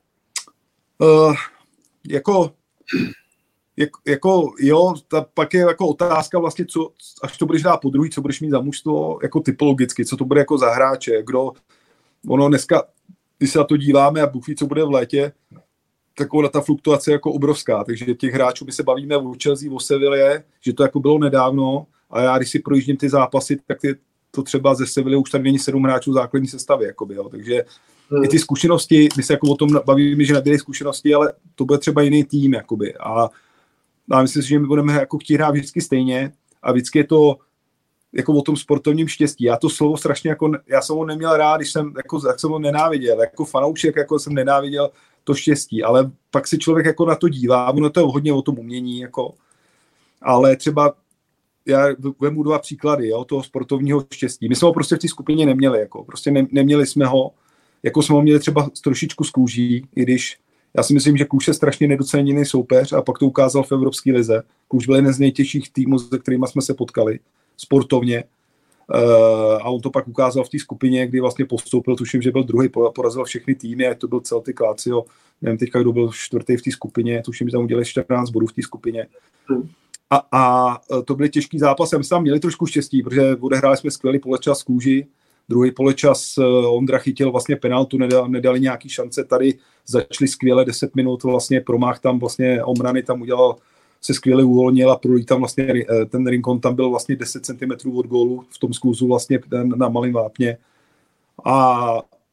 Uh, jako, jako, jako jo, ta pak je jako otázka vlastně, co, až to budeš dát po druhý, co budeš mít za mužstvo, jako typologicky, co to bude jako za hráče, kdo, ono dneska, když se na to díváme a Bůh ví, co bude v létě, taková ta fluktuace je jako obrovská, takže těch hráčů, my se bavíme o Chelsea, o Seville, že to jako bylo nedávno a já, když si projíždím ty zápasy, tak ty, to třeba ze Seville už tady není sedm hráčů základní sestavy, jakoby, jo. Takže hmm. i ty zkušenosti, my se jako o tom bavíme, že nebyly zkušenosti, ale to bude třeba jiný tým, jakoby, a, a myslím si, že my budeme jako chtít hrát vždycky stejně a vždycky je to jako o tom sportovním štěstí. Já to slovo strašně jako, já jsem ho neměl rád, když jsem, jako, jak jsem ho nenáviděl, jako fanoušek, jako jsem nenáviděl to štěstí, ale pak si člověk jako na to dívá, ono to je hodně o tom umění, jako, ale třeba já vemu dva příklady, jo, toho sportovního štěstí. My jsme ho prostě v té skupině neměli, jako, prostě ne, neměli jsme ho, jako jsme ho měli třeba trošičku z kůží, i když já si myslím, že Kluž je strašně nedoceněný soupeř a pak to ukázal v Evropské lize. Kluž byl jeden z nejtěžších týmů, se kterými jsme se potkali sportovně. Uh, a on to pak ukázal v té skupině, kdy vlastně postoupil, tuším, že byl druhý, porazil všechny týmy, a to byl Celtic, Lazio, nevím teďka, kdo byl čtvrtý v té skupině, tuším, že tam udělali čtrnáct bodů v té skupině. A, a to byly těžký zápasy, a my jsme tam měli trošku štěstí, protože odehráli jsme skvělý poločas z Kůži, druhý poločas Ondra chytil vlastně penaltu, nedal, nedali nějaký šance, tady začali skvěle deset minut, vlastně promách tam vlastně Omrany tam udělal, se skvěle uvolnil a prolítám vlastně ten Rincon tam byl vlastně deset centimetrů od gólu v tom skluzu vlastně na malém vápně. A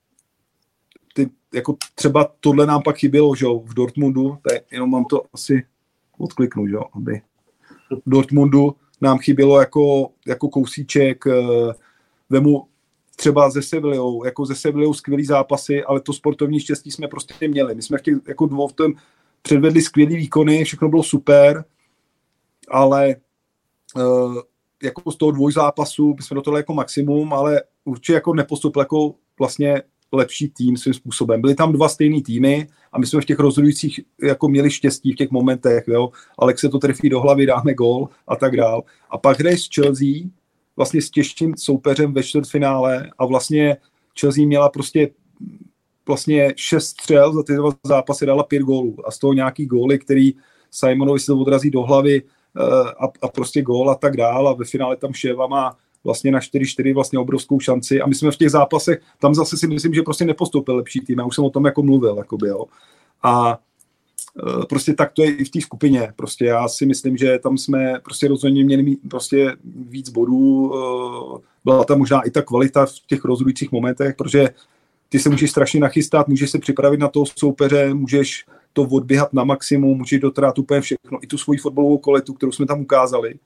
ty, jako třeba tohle nám pak chybělo, že v Dortmundu, tady jenom mám to asi odkliknu, že aby v Dortmundu nám chybělo jako, jako kousíček, vemu třeba ze Sevillou, jako ze Sevillou skvělý zápasy, ale to sportovní štěstí jsme prostě měli. My jsme chtěli jako dvou v tom předvedli skvělý výkony, všechno bylo super, ale uh, jako z toho dvojzápasu my jsme do toho jako maximum, ale určitě jako nepostupil jako vlastně lepší tým svým způsobem. Byly tam dva stejný týmy a my jsme v těch rozhodujících jako měli štěstí v těch momentech, jo. Alex se to trefí do hlavy, dáme gól a tak dál. A pak hraješ s Chelsea, vlastně s těžkým soupeřem ve čtvrtfinále a vlastně Chelsea měla prostě vlastně šest střel, za ty dva zápasy dala pět gólů a z toho nějaký góly, který Simonovi se to odrazí do hlavy a, a prostě gól a tak dál a ve finále tam Ševa má vlastně na čtyři čtyři vlastně obrovskou šanci a my jsme v těch zápasech, tam zase si myslím, že prostě nepostoupil lepší tým, já už jsem o tom jako mluvil, jakoby, jo. A prostě tak to je i v té skupině, prostě já si myslím, že tam jsme prostě rozhodně měli mít prostě víc bodů, byla tam možná i ta kvalita v těch rozhodujících momentech, protože ty se můžeš strašně nachystat, můžeš se připravit na toho soupeře, můžeš to odběhat na maximum, můžeš dotrát úplně všechno, i tu svoji fotbalovou kvalitu, kterou jsme tam ukázali.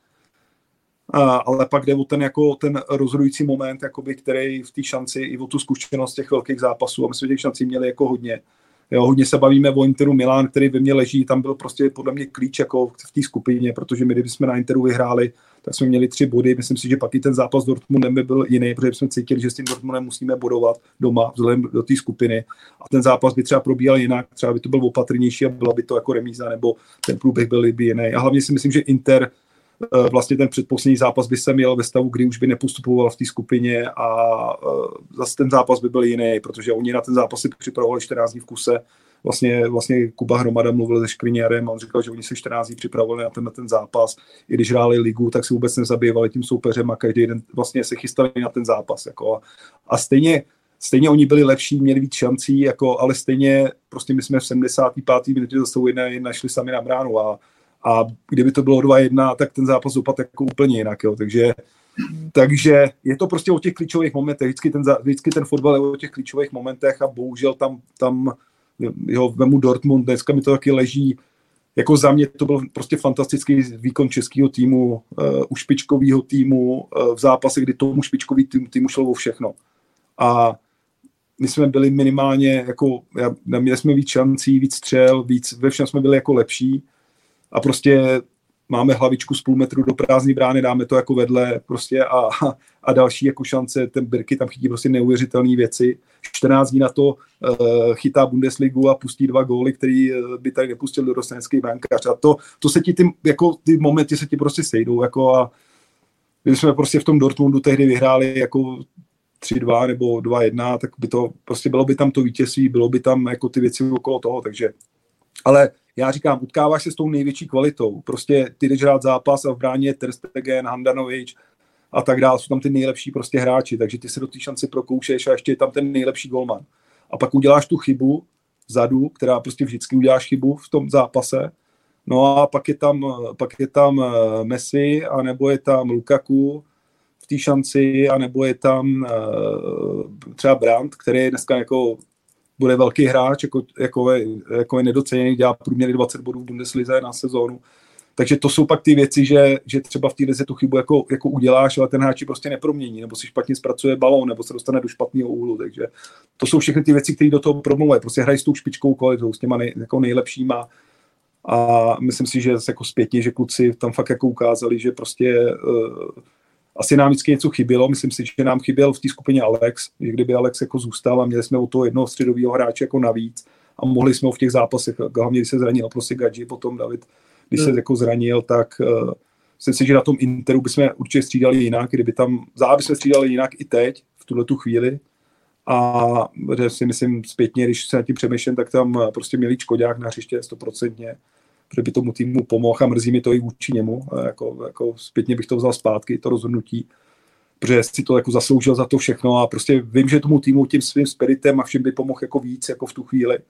A, ale pak jde o ten, jako, ten rozhodující moment, jakoby, který v té šanci, i o tu zkušenost těch velkých zápasů, a my jsme těch šancí měli jako hodně. Jo, hodně se bavíme o Interu Milán, který ve mně leží, tam byl prostě podle mě klíč jako v té skupině, protože my, kdybychom na Interu vyhráli, tak jsme měli tři body. Myslím si, že pak i ten zápas s Dortmundem by byl jiný, protože jsme cítili, že s tím Dortmundem musíme bodovat doma vzhledem do té skupiny. A ten zápas by třeba probíhal jinak, třeba by to byl opatrnější a byla by to jako remíza, nebo ten průběh byl by jiný. A hlavně si myslím, že Inter vlastně ten předposlední zápas by se měl ve stavu, kdy už by nepostupoval v té skupině a zase ten zápas by byl jiný, protože oni na ten zápas si připravovali čtrnáct dní v kuse. Vlastně, vlastně Kuba Hromada mluvil se Škriniarem a on říkal, že oni se čtrnáct dní připravovali na ten, na ten zápas. I když hráli ligu, tak si vůbec nezabývali tím soupeřem a každý den vlastně se chystali na ten zápas. Jako. A stejně, stejně oni byli lepší, měli víc šancí, jako, ale stejně prostě my jsme v sedmdesáté páté minutě zase jedna jedna šli sami na bránu a A kdyby to bylo dva jedna, tak ten zápas dopadl jako úplně jinak. Jo. Takže takže je to prostě o těch klíčových momentech. Vždycky ten, vždycky ten fotbal je o těch klíčových momentech a bohužel tam, tam jo, vemu Dortmund, dneska mi to taky leží. Jako za mě to byl prostě fantastický výkon českého týmu, uh, u špičkového týmu, uh, v zápase, kdy tomu špičkový tým, týmu šlo o všechno. A my jsme byli minimálně, jako, měli jsme víc šancí, víc střel, víc, ve všem jsme byli jako lepší a prostě máme hlavičku z půl metru do prázdné brány, dáme to jako vedle prostě a, a další jako šance, ten Birky tam chytí prostě neuvěřitelné věci. čtrnáct dní na to uh, chytá Bundesligu a pustí dva góly, který uh, by tady nepustil do rostenecký brankář. A to, to se ti ty, jako, ty momenty se ti prostě sejdou jako a když jsme prostě v tom Dortmundu tehdy vyhráli jako tři dva nebo dva jedna, tak by to, prostě bylo by tam to vítězství, bylo by tam jako ty věci okolo toho, takže, ale já říkám, utkáváš se s tou největší kvalitou, prostě ty jdeš hrát zápas a v bráně Ter Stegen, Handanovič a tak dále, jsou tam ty nejlepší prostě hráči, takže ty se do té šance prokoušeš a ještě je tam ten nejlepší golman. A pak uděláš tu chybu vzadu, která prostě vždycky uděláš chybu v tom zápase, no a pak je tam, pak je tam Messi, anebo je tam Lukaku, té šanci, anebo je tam uh, třeba Brandt, který dneska jako bude velký hráč, jako, jako, je, jako je nedoceněný, dělá průměry dvacet bodů v Bundeslize na sezónu. Takže to jsou pak ty věci, že, že třeba v té lize tu chybu jako, jako uděláš, ale ten hráč prostě nepromění, nebo si špatně zpracuje balón, nebo se dostane do špatného úhlu. Takže to jsou všechny ty věci, které do toho promluvají. Prostě hrají s tou špičkou kvalitou, s těma nej, jako nejlepšíma. A myslím si, že jako zpětně, že kluci tam fakt jako ukázali, že prostě uh, asi nám vždycky něco chybělo, myslím si, že nám chyběl v té skupině Alex, že kdyby Alex jako zůstal a měli jsme u toho jednoho středového hráče jako navíc a mohli jsme ho v těch zápasech, hlavně když se zranil prostě Gadži, potom David, když se jako zranil, tak uh, myslím si, že na tom Interu bychom určitě střídali jinak, kdyby tam, zále bychom střídali jinak i teď, v tuhletu chvíli a že si myslím zpětně, když se na tím přemýšlím, tak tam prostě měli Škoďák na hřiště stoprocentně, protože by tomu týmu pomohl a mrzí mi to i vůči němu. Jako, jako zpětně bych to vzal zpátky, to rozhodnutí, protože si to jako zasloužil za to všechno a prostě vím, že tomu týmu tím svým spiritem a všem by pomohl jako víc jako v tu chvíli.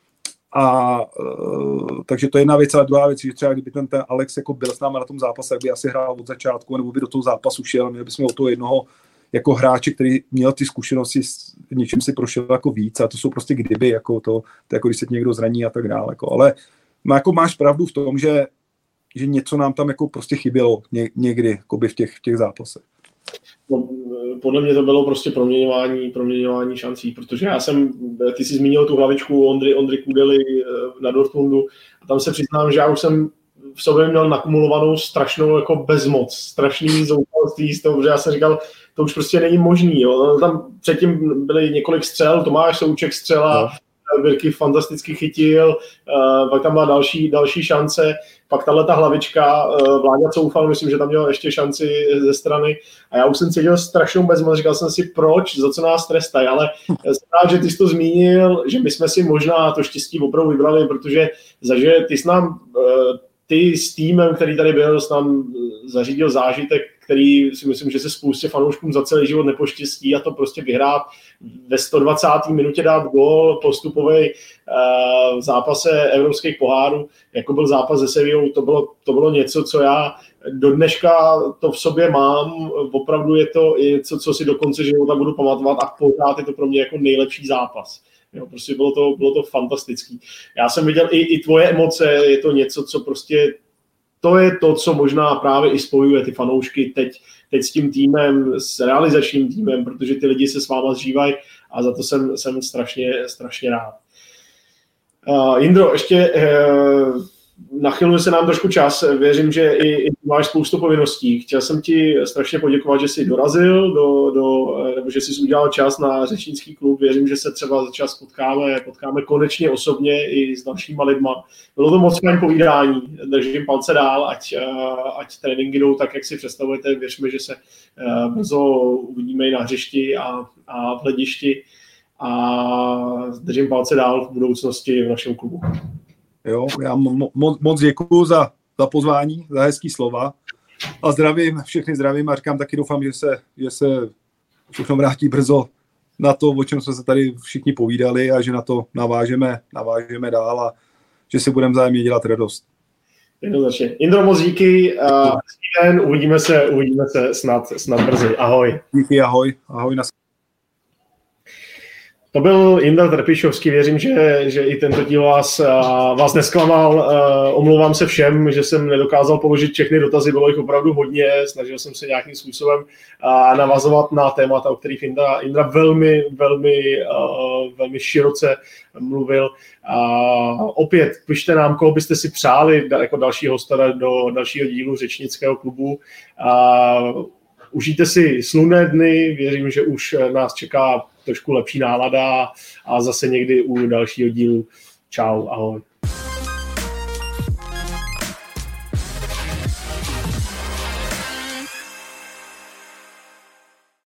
A uh, takže to je jedna věc, ale druhá věc, že třeba kdyby ten, ten Alex jako byl s námi na tom zápase, tak by asi hrál od začátku, nebo by do toho zápasu šel a měli bychom od toho jednoho jako hráče, který měl ty zkušenosti, s něčím si prošel jako víc a to jsou prostě kdyby, jako to, to jako když se někdo zraní a tak dále. Jako, ale má, jako máš pravdu v tom, že, že něco nám tam jako prostě chybělo ně, někdy jako by v, těch, v těch zápasech. No, podle mě to bylo prostě proměňování, proměňování šancí, protože já jsem, ty jsi zmínil tu hlavičku Ondry, Ondry Kudely na Dortmundu a tam se přiznám, že já už jsem v sobě měl nakumulovanou strašnou jako bezmoc, strašný zoufalství z toho, protože já jsem říkal, to už prostě není možný. Jo. Tam předtím byly několik střel, Tomáš Souček střela, no. Birky fantasticky chytil, uh, pak tam byla další, další šance, pak tahle ta hlavička, uh, Vláďa Coufal, myslím, že tam měl ještě šanci ze strany a já už jsem cítil strašnou bezmoc, říkal jsem si, proč, za co nás trestají, ale jsem rád, že ty jsi to zmínil, že my jsme si možná to štěstí opravdu vybrali, protože zaže ty jsi nám, uh, ty s týmem, který tady byl, jsi nám zařídil zážitek, který si myslím, že se spoustě fanouškům za celý život nepoštěstí a to prostě vyhrát ve sto dvacáté minutě dát gól postupový uh, v zápase evropských pohárů, jako byl zápas se Sevillou, to bylo, to bylo něco, co já do dneška to v sobě mám, opravdu je to něco, co si do konce života budu pamatovat a pořád je to pro mě jako nejlepší zápas. Jo, prostě bylo to, bylo to fantastický. Já jsem viděl i, i tvoje emoce, je to něco, co prostě to je to, co možná právě i spojuje ty fanoušky teď, teď s tím týmem, s realizačním týmem, protože ty lidi se s váma zžívají a za to jsem, jsem strašně, strašně rád. Uh, Jindro, ještě uh, nachyluje se nám trošku čas, věřím, že i, i máš spoustu povinností. Chtěl jsem ti strašně poděkovat, že jsi dorazil, do, do, nebo že jsi udělal čas na řečnický klub. Věřím, že se třeba za čas potkáme, potkáme konečně osobně i s dalšíma lidma. Bylo to moc fajn povídání, držím palce dál, ať, ať tréninky jdou tak, jak si představujete. Věříme, že se brzo uvidíme i na hřišti a, a v hledišti a držím palce dál v budoucnosti v našem klubu. Jo, já mo- mo- moc děkuju za, za pozvání, za hezký slova a zdravím, všechny zdravím a říkám taky doufám, že se, že se všechno vrátí brzo na to, o čem jsme se tady všichni povídali a že na to navážeme, navážeme dál a že si budeme vzájemně dělat radost. Jednoznačně. Indro, moc díky. Uh, den, uvidíme se, uvidíme se snad, snad brzy. Ahoj. Díky, ahoj. Ahoj. Na... To byl Jindra Trpišovský, věřím, že, že i tento díl vás, vás nesklamal. Omlouvám se všem, že jsem nedokázal položit všechny dotazy, bylo jich opravdu hodně, snažil jsem se nějakým způsobem navazovat na témata, o kterých Jindra, Jindra velmi, velmi, velmi široce mluvil. Opět, pište nám, koho byste si přáli jako další hosta do dalšího dílu Řečnického klubu. Užijte si slunné dny, věřím, že už nás čeká trošku lepší nálada a zase někdy u dalšího dílu. Čau, ahoj.